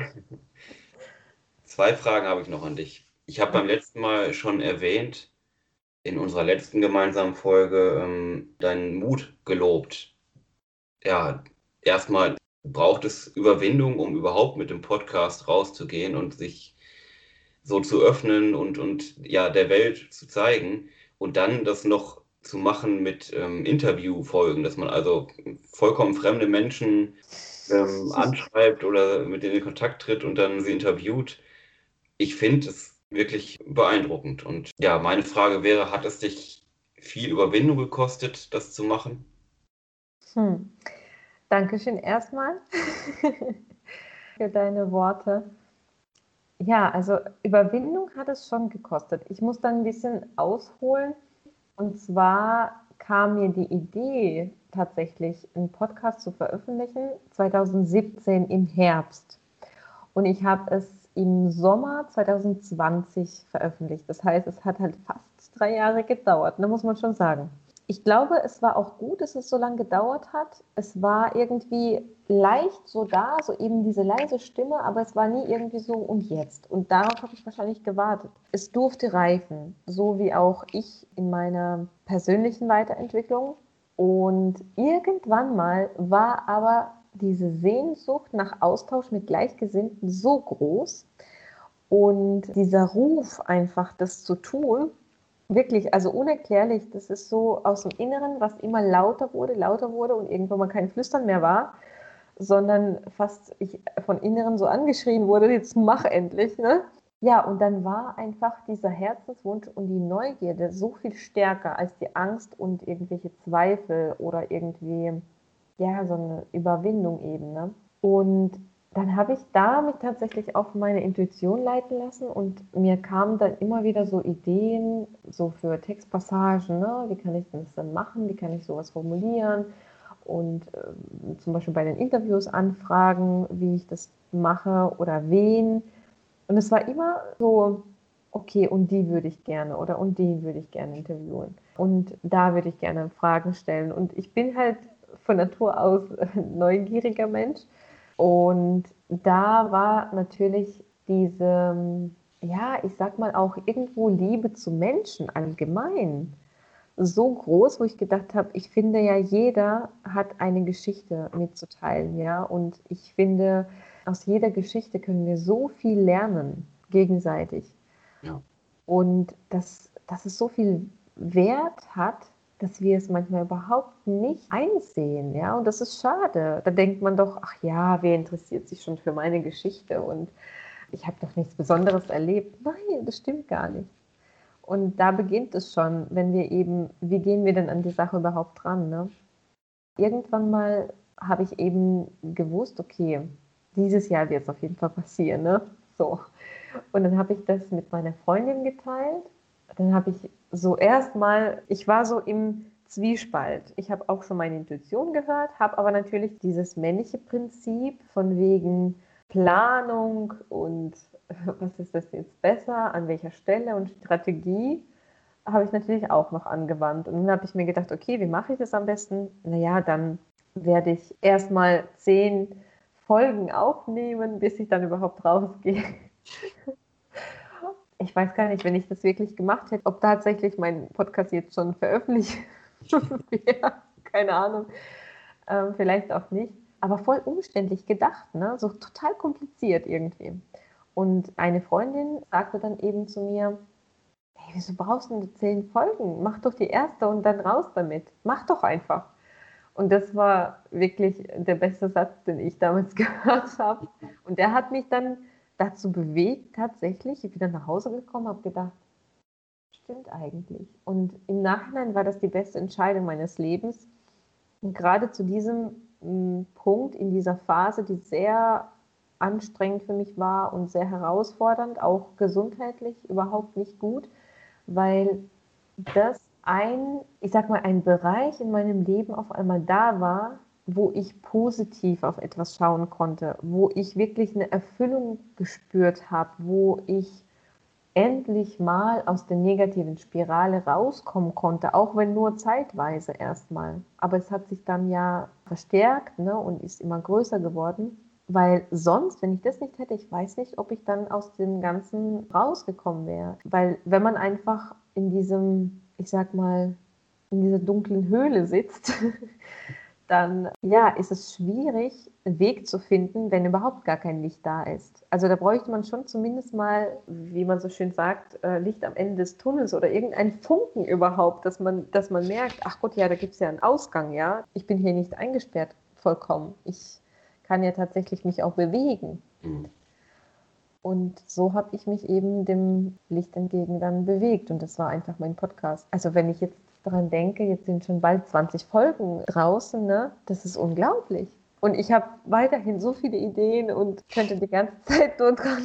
Zwei Fragen habe ich noch an dich. Ich habe beim letzten Mal schon erwähnt, in unserer letzten gemeinsamen Folge, ähm, deinen Mut gelobt. Ja, erstmal braucht es Überwindung, um überhaupt mit dem Podcast rauszugehen und sich so zu öffnen und, und ja, der Welt zu zeigen und dann das noch zu machen mit ähm, Interviewfolgen, dass man also vollkommen fremde Menschen ähm, anschreibt oder mit denen in Kontakt tritt und dann sie interviewt. Ich finde es wirklich beeindruckend. Und ja, meine Frage wäre, hat es dich viel Überwindung gekostet, das zu machen?
Hm. Dankeschön erstmal für deine Worte. Ja, also Überwindung hat es schon gekostet. Ich muss dann ein bisschen ausholen. Und zwar kam mir die Idee, tatsächlich einen Podcast zu veröffentlichen, zwanzig siebzehn im Herbst. Und ich habe es im Sommer zwanzig zwanzig veröffentlicht. Das heißt, es hat halt fast drei Jahre gedauert, ne, muss man schon sagen. Ich glaube, es war auch gut, dass es so lange gedauert hat. Es war irgendwie leicht so da, so eben diese leise Stimme, aber es war nie irgendwie so und jetzt. Und darauf habe ich wahrscheinlich gewartet. Es durfte reifen, so wie auch ich in meiner persönlichen Weiterentwicklung. Und irgendwann mal war aber diese Sehnsucht nach Austausch mit Gleichgesinnten so groß und dieser Ruf einfach, das zu tun, wirklich, also unerklärlich, das ist so aus dem Inneren, was immer lauter wurde, lauter wurde und irgendwann mal kein Flüstern mehr war, sondern fast ich von Inneren so angeschrien wurde, jetzt mach endlich, ne? Ja, und dann war einfach dieser Herzenswunsch und die Neugierde so viel stärker als die Angst und irgendwelche Zweifel oder irgendwie, ja, so eine Überwindung eben, ne? Und dann habe ich da mich tatsächlich auf meine Intuition leiten lassen und mir kamen dann immer wieder so Ideen, so für Textpassagen, ne? Wie kann ich das dann machen? Wie kann ich sowas formulieren? Und ähm, zum Beispiel bei den Interviews anfragen, wie ich das mache oder wen. Und es war immer so, okay, und die würde ich gerne oder und die würde ich gerne interviewen. Und da würde ich gerne Fragen stellen. Und ich bin halt von Natur aus ein neugieriger Mensch. Und da war natürlich diese, ja, ich sag mal auch irgendwo Liebe zu Menschen allgemein so groß, wo ich gedacht habe, ich finde ja, jeder hat eine Geschichte mitzuteilen, ja. Und ich finde, aus jeder Geschichte können wir so viel lernen, gegenseitig.
Ja.
Und dass, dass es so viel Wert hat, dass wir es manchmal überhaupt nicht einsehen, ja. Und das ist schade. Da denkt man doch, ach ja, wer interessiert sich schon für meine Geschichte? Und ich habe doch nichts Besonderes erlebt. Nein, das stimmt gar nicht. Und da beginnt es schon, wenn wir eben, wie gehen wir denn an die Sache überhaupt dran? Ne? Irgendwann mal habe ich eben gewusst, okay, dieses Jahr wird es auf jeden Fall passieren. Ne? So. Und dann habe ich das mit meiner Freundin geteilt. Dann habe ich so erstmal, ich war so im Zwiespalt. Ich habe auch schon meine Intuition gehört, habe aber natürlich dieses männliche Prinzip von wegen Planung und was ist das jetzt besser, an welcher Stelle und Strategie, habe ich natürlich auch noch angewandt. Und dann habe ich mir gedacht, okay, wie mache ich das am besten? Naja, dann werde ich erstmal zehn Folgen aufnehmen, bis ich dann überhaupt rausgehe. Ich weiß gar nicht, wenn ich das wirklich gemacht hätte, ob tatsächlich mein Podcast jetzt schon veröffentlicht wäre. Keine Ahnung. Ähm, vielleicht auch nicht. Aber voll umständlich gedacht, ne? So total kompliziert irgendwie. Und eine Freundin sagte dann eben zu mir, hey, wieso brauchst du denn zehn Folgen? Mach doch die erste und dann raus damit. Mach doch einfach. Und das war wirklich der beste Satz, den ich damals gehört habe. Und der hat mich dann dazu bewegt, tatsächlich, ich bin dann nach Hause gekommen, habe gedacht, stimmt eigentlich. Und im Nachhinein war das die beste Entscheidung meines Lebens. Und gerade zu diesem m, Punkt in dieser Phase, die sehr anstrengend für mich war und sehr herausfordernd, auch gesundheitlich überhaupt nicht gut, weil das ein, ich sag mal, ein Bereich in meinem Leben auf einmal da war, wo ich positiv auf etwas schauen konnte, wo ich wirklich eine Erfüllung gespürt habe, wo ich endlich mal aus der negativen Spirale rauskommen konnte, auch wenn nur zeitweise erstmal. Aber es hat sich dann ja verstärkt, ne, und ist immer größer geworden, weil sonst, wenn ich das nicht hätte, ich weiß nicht, ob ich dann aus dem Ganzen rausgekommen wäre. Weil wenn man einfach in diesem, ich sag mal, in dieser dunklen Höhle sitzt, dann ja, ist es schwierig, einen Weg zu finden, wenn überhaupt gar kein Licht da ist. Also da bräuchte man schon zumindest mal, wie man so schön sagt, äh, Licht am Ende des Tunnels oder irgendein Funken überhaupt, dass man, dass man merkt, ach Gott, ja, da gibt es ja einen Ausgang, ja. Ich bin hier nicht eingesperrt vollkommen. Ich kann ja tatsächlich mich auch bewegen.
Mhm.
Und so habe ich mich eben dem Licht entgegen dann bewegt. Und das war einfach mein Podcast. Also wenn ich jetzt daran denke, jetzt sind schon bald zwanzig Folgen draußen, ne? Das ist unglaublich. Und ich habe weiterhin so viele Ideen und könnte die ganze Zeit nur dran,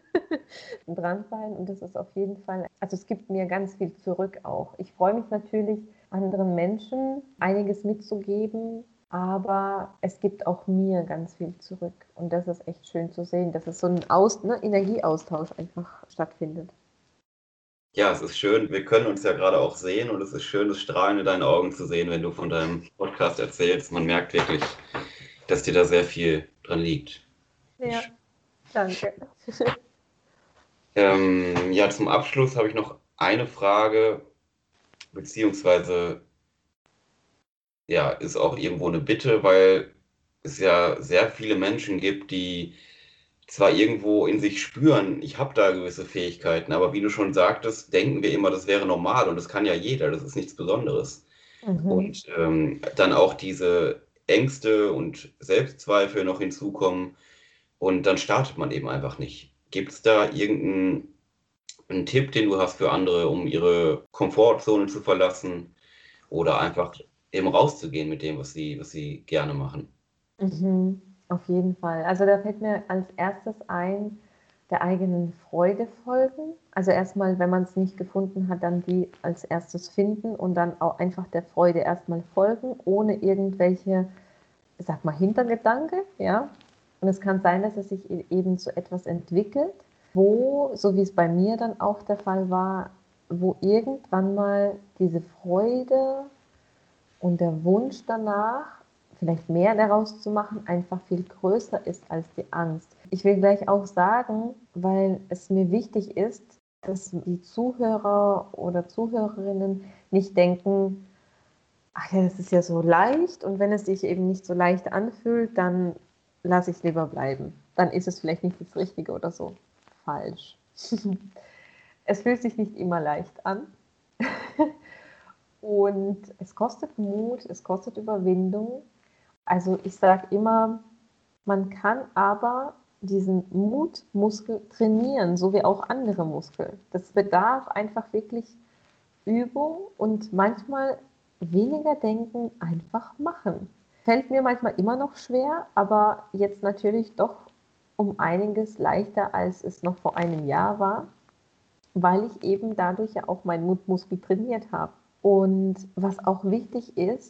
dran sein. Und das ist auf jeden Fall, also es gibt mir ganz viel zurück auch. Ich freue mich natürlich, anderen Menschen einiges mitzugeben, aber es gibt auch mir ganz viel zurück. Und das ist echt schön zu sehen, dass es so ein Aus, ne, Energieaustausch einfach stattfindet.
Ja, es ist schön. Wir können uns ja gerade auch sehen und es ist schön, das Strahlen in deinen Augen zu sehen, wenn du von deinem Podcast erzählst. Man merkt wirklich, dass dir da sehr viel dran liegt.
Ja, danke.
Ähm, ja, zum Abschluss habe ich noch eine Frage, beziehungsweise ja, ist auch irgendwo eine Bitte, weil es ja sehr viele Menschen gibt, die zwar irgendwo in sich spüren, ich habe da gewisse Fähigkeiten, aber wie du schon sagtest, denken wir immer, das wäre normal und das kann ja jeder, das ist nichts Besonderes.
Mhm.
Und ähm, dann auch diese Ängste und Selbstzweifel noch hinzukommen und dann startet man eben einfach nicht. Gibt es da irgendeinen ein Tipp, den du hast für andere, um ihre Komfortzone zu verlassen oder einfach eben rauszugehen mit dem, was sie, was sie gerne machen?
Mhm, auf jeden Fall. Also da fällt mir als erstes ein, der eigenen Freude folgen. Also erstmal, wenn man es nicht gefunden hat, dann die als erstes finden und dann auch einfach der Freude erstmal folgen, ohne irgendwelche, ich sag mal, Hintergedanke, ja. Und es kann sein, dass es sich e- eben zu etwas entwickelt, wo, so wie es bei mir dann auch der Fall war, wo irgendwann mal diese Freude und der Wunsch danach, vielleicht mehr daraus zu machen, einfach viel größer ist als die Angst. Ich will gleich auch sagen, weil es mir wichtig ist, dass die Zuhörer oder Zuhörerinnen nicht denken, ach ja, das ist ja so leicht und wenn es sich eben nicht so leicht anfühlt, dann lasse ich es lieber bleiben. Dann ist es vielleicht nicht das Richtige oder so. Falsch. Es fühlt sich nicht immer leicht an. Und es kostet Mut, es kostet Überwindung. Also ich sage immer, man kann aber diesen Mutmuskel trainieren, so wie auch andere Muskeln. Das bedarf einfach wirklich Übung und manchmal weniger denken, einfach machen. Fällt mir manchmal immer noch schwer, aber jetzt natürlich doch um einiges leichter, als es noch vor einem Jahr war, weil ich eben dadurch ja auch meinen Mutmuskel trainiert habe. Und was auch wichtig ist,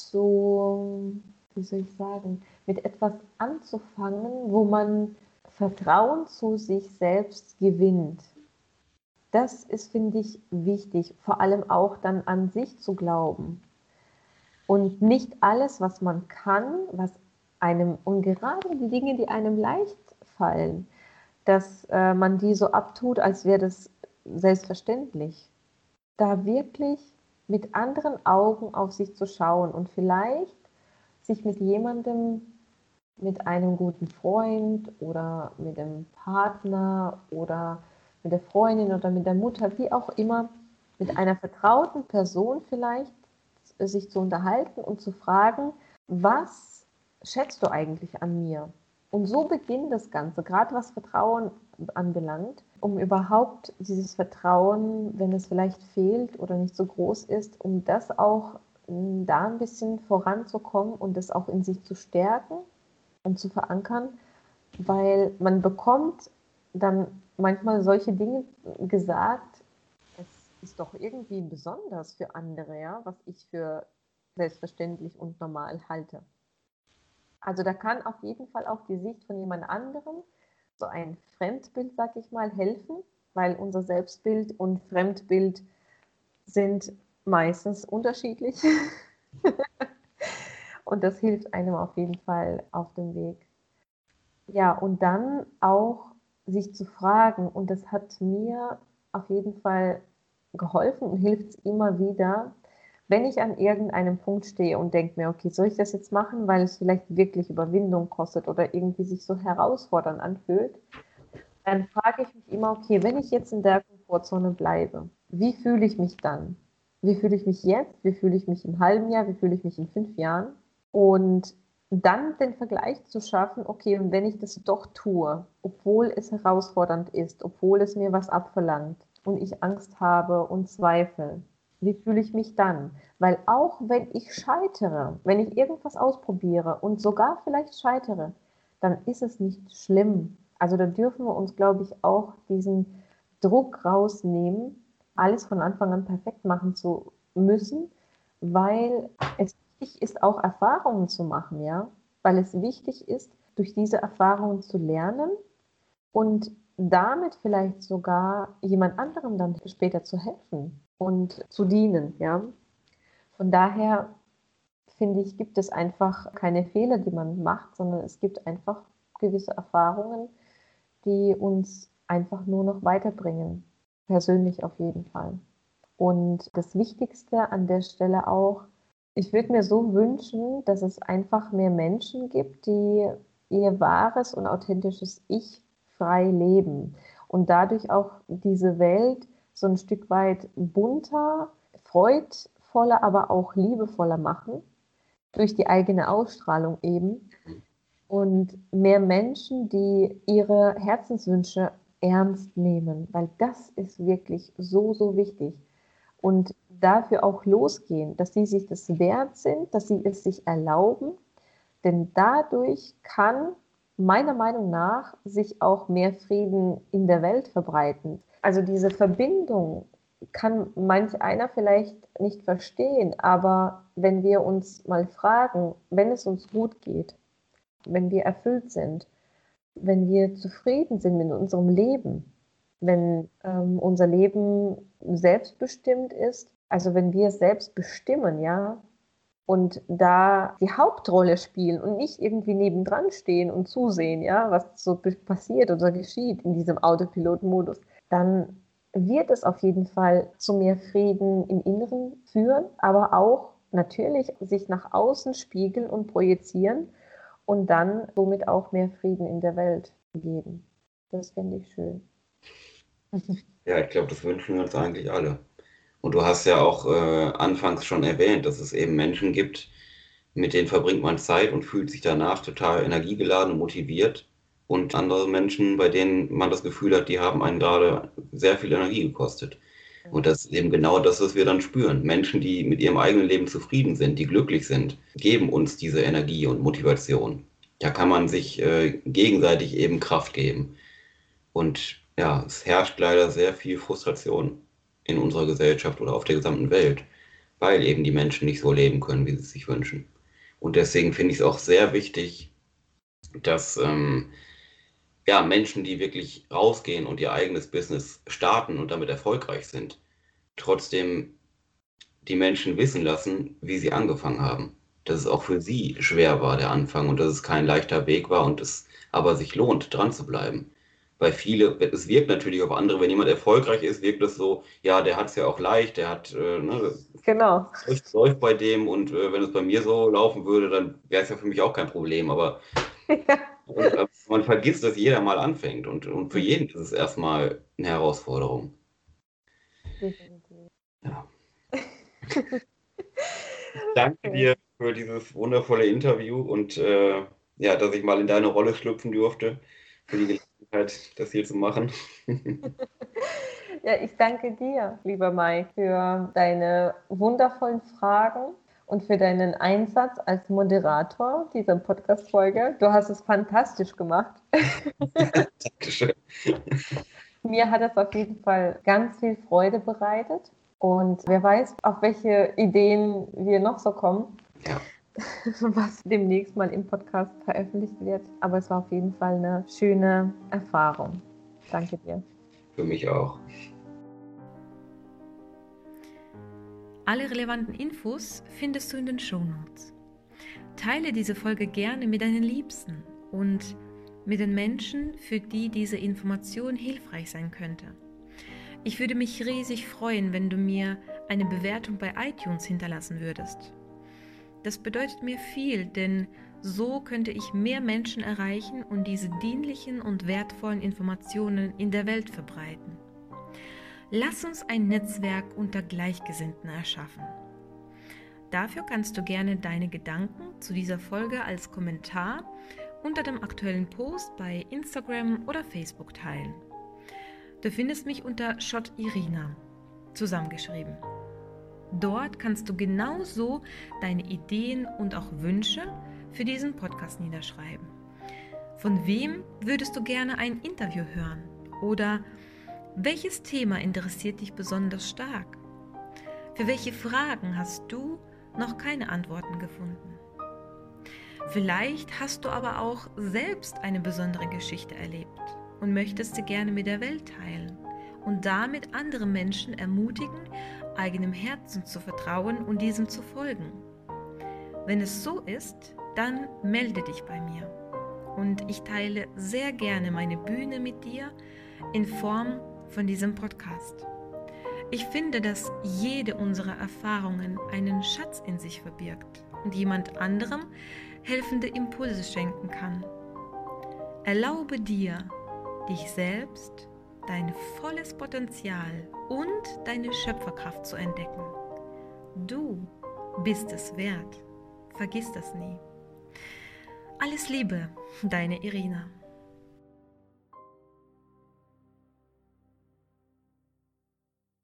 zu, wie soll ich sagen, mit etwas anzufangen, wo man Vertrauen zu sich selbst gewinnt. Das ist, finde ich, wichtig, vor allem auch dann an sich zu glauben. Und nicht alles, was man kann, was einem, und gerade die Dinge, die einem leicht fallen, dass äh, man die so abtut, als wäre das selbstverständlich. Da wirklich mit anderen Augen auf sich zu schauen und vielleicht sich mit jemandem, mit einem guten Freund oder mit dem Partner oder mit der Freundin oder mit der Mutter, wie auch immer, mit einer vertrauten Person vielleicht sich zu unterhalten und zu fragen, was schätzt du eigentlich an mir? Und so beginnt das Ganze, gerade was Vertrauen anbelangt, um überhaupt dieses Vertrauen, wenn es vielleicht fehlt oder nicht so groß ist, um das auch m, da ein bisschen voranzukommen und das auch in sich zu stärken und zu verankern, weil man bekommt dann manchmal solche Dinge gesagt, es ist doch irgendwie besonders für andere, ja, was ich für selbstverständlich und normal halte. Also da kann auf jeden Fall auch die Sicht von jemand anderem, so ein Fremdbild, sag ich mal, helfen, weil unser Selbstbild und Fremdbild sind meistens unterschiedlich. Und das hilft einem auf jeden Fall auf dem Weg. Ja, und dann auch sich zu fragen, und das hat mir auf jeden Fall geholfen und hilft es immer wieder, wenn ich an irgendeinem Punkt stehe und denke mir, okay, soll ich das jetzt machen, weil es vielleicht wirklich Überwindung kostet oder irgendwie sich so herausfordernd anfühlt, dann frage ich mich immer, okay, wenn ich jetzt in der Komfortzone bleibe, wie fühle ich mich dann? Wie fühle ich mich jetzt? Wie fühle ich mich im halben Jahr? Wie fühle ich mich in fünf Jahren? Und dann den Vergleich zu schaffen, okay, und wenn ich das doch tue, obwohl es herausfordernd ist, obwohl es mir was abverlangt und ich Angst habe und Zweifel, wie fühle ich mich dann? Weil auch wenn ich scheitere, wenn ich irgendwas ausprobiere und sogar vielleicht scheitere, dann ist es nicht schlimm. Also da dürfen wir uns, glaube ich, auch diesen Druck rausnehmen, alles von Anfang an perfekt machen zu müssen, weil es wichtig ist, auch Erfahrungen zu machen, ja, weil es wichtig ist, durch diese Erfahrungen zu lernen und damit vielleicht sogar jemand anderem dann später zu helfen und zu dienen, ja. Von daher finde ich, gibt es einfach keine Fehler, die man macht, sondern es gibt einfach gewisse Erfahrungen, die uns einfach nur noch weiterbringen, persönlich auf jeden Fall. Und das Wichtigste an der Stelle auch, ich würde mir so wünschen, dass es einfach mehr Menschen gibt, die ihr wahres und authentisches Ich frei leben und dadurch auch diese Welt so ein Stück weit bunter, freudvoller, aber auch liebevoller machen, durch die eigene Ausstrahlung eben. Und mehr Menschen, die ihre Herzenswünsche ernst nehmen, weil das ist wirklich so, so wichtig. Und dafür auch losgehen, dass sie sich das wert sind, dass sie es sich erlauben, denn dadurch kann meiner Meinung nach sich auch mehr Frieden in der Welt verbreiten. Also diese Verbindung kann manch einer vielleicht nicht verstehen, aber wenn wir uns mal fragen, wenn es uns gut geht, wenn wir erfüllt sind, wenn wir zufrieden sind mit unserem Leben, wenn ähm, unser Leben selbstbestimmt ist, also wenn wir es selbst bestimmen, ja, und da die Hauptrolle spielen und nicht irgendwie nebendran stehen und zusehen, ja, was so passiert oder geschieht in diesem Autopilot-Modus, dann wird es auf jeden Fall zu mehr Frieden im Inneren führen, aber auch natürlich sich nach außen spiegeln und projizieren und dann somit auch mehr Frieden in der Welt geben. Das finde ich schön.
Ja, ich glaube, das wünschen wir uns eigentlich alle. Und du hast ja auch äh, anfangs schon erwähnt, dass es eben Menschen gibt, mit denen verbringt man Zeit und fühlt sich danach total energiegeladen und motiviert. Und andere Menschen, bei denen man das Gefühl hat, die haben einen gerade sehr viel Energie gekostet. Und das ist eben genau das, was wir dann spüren. Menschen, die mit ihrem eigenen Leben zufrieden sind, die glücklich sind, geben uns diese Energie und Motivation. Da kann man sich äh, gegenseitig eben Kraft geben. Und ja, es herrscht leider sehr viel Frustration in unserer Gesellschaft oder auf der gesamten Welt, weil eben die Menschen nicht so leben können, wie sie es sich wünschen. Und deswegen finde ich es auch sehr wichtig, dass ähm, ja, Menschen, die wirklich rausgehen und ihr eigenes Business starten und damit erfolgreich sind, trotzdem die Menschen wissen lassen, wie sie angefangen haben. Dass es auch für sie schwer war, der Anfang, und dass es kein leichter Weg war und es aber sich lohnt, dran zu bleiben. Weil viele, es wirkt natürlich auf andere, wenn jemand erfolgreich ist, wirkt es so, ja, der hat es ja auch leicht, der hat, äh, ne,
Genau.
es läuft bei dem, und äh, wenn es bei mir so laufen würde, dann wäre es ja für mich auch kein Problem. Aber
Ja.
und, äh, man vergisst, dass jeder mal anfängt, und, und für jeden ist es erstmal eine Herausforderung.
Definitiv.
Ja. Danke dir für dieses wundervolle Interview und äh, ja, dass ich mal in deine Rolle schlüpfen durfte, für die Gelegenheit, das hier zu machen.
Ja, ich danke dir, lieber Mai, für deine wundervollen Fragen und für deinen Einsatz als Moderator dieser Podcast-Folge. Du hast es fantastisch gemacht.
Dankeschön.
Mir hat es auf jeden Fall ganz viel Freude bereitet. Und wer weiß, auf welche Ideen wir noch so kommen,
Ja.
was demnächst mal im Podcast veröffentlicht wird. Aber es war auf jeden Fall eine schöne Erfahrung. Danke dir.
Für mich auch.
Alle relevanten Infos findest du in den Shownotes. Teile diese Folge gerne mit deinen Liebsten und mit den Menschen, für die diese Information hilfreich sein könnte. Ich würde mich riesig freuen, wenn du mir eine Bewertung bei iTunes hinterlassen würdest. Das bedeutet mir viel, denn so könnte ich mehr Menschen erreichen und diese dienlichen und wertvollen Informationen in der Welt verbreiten. Lass uns ein Netzwerk unter Gleichgesinnten erschaffen. Dafür kannst du gerne deine Gedanken zu dieser Folge als Kommentar unter dem aktuellen Post bei Instagram oder Facebook teilen. Du findest mich unter Schott Irina, zusammengeschrieben. Dort kannst du genauso deine Ideen und auch Wünsche für diesen Podcast niederschreiben. Von wem würdest du gerne ein Interview hören? Oder welches Thema interessiert dich besonders stark? Für welche Fragen hast du noch keine Antworten gefunden? Vielleicht hast du aber auch selbst eine besondere Geschichte erlebt und möchtest sie gerne mit der Welt teilen und damit andere Menschen ermutigen, eigenem Herzen zu vertrauen und diesem zu folgen. Wenn es so ist, dann melde dich bei mir und ich teile sehr gerne meine Bühne mit dir in Form von diesem Podcast. Ich finde, dass jede unserer Erfahrungen einen Schatz in sich verbirgt und jemand anderem helfende Impulse schenken kann. Erlaube dir, dich selbst, dein volles Potenzial und deine Schöpferkraft zu entdecken. Du bist es wert. Vergiss das nie. Alles Liebe, deine Irina.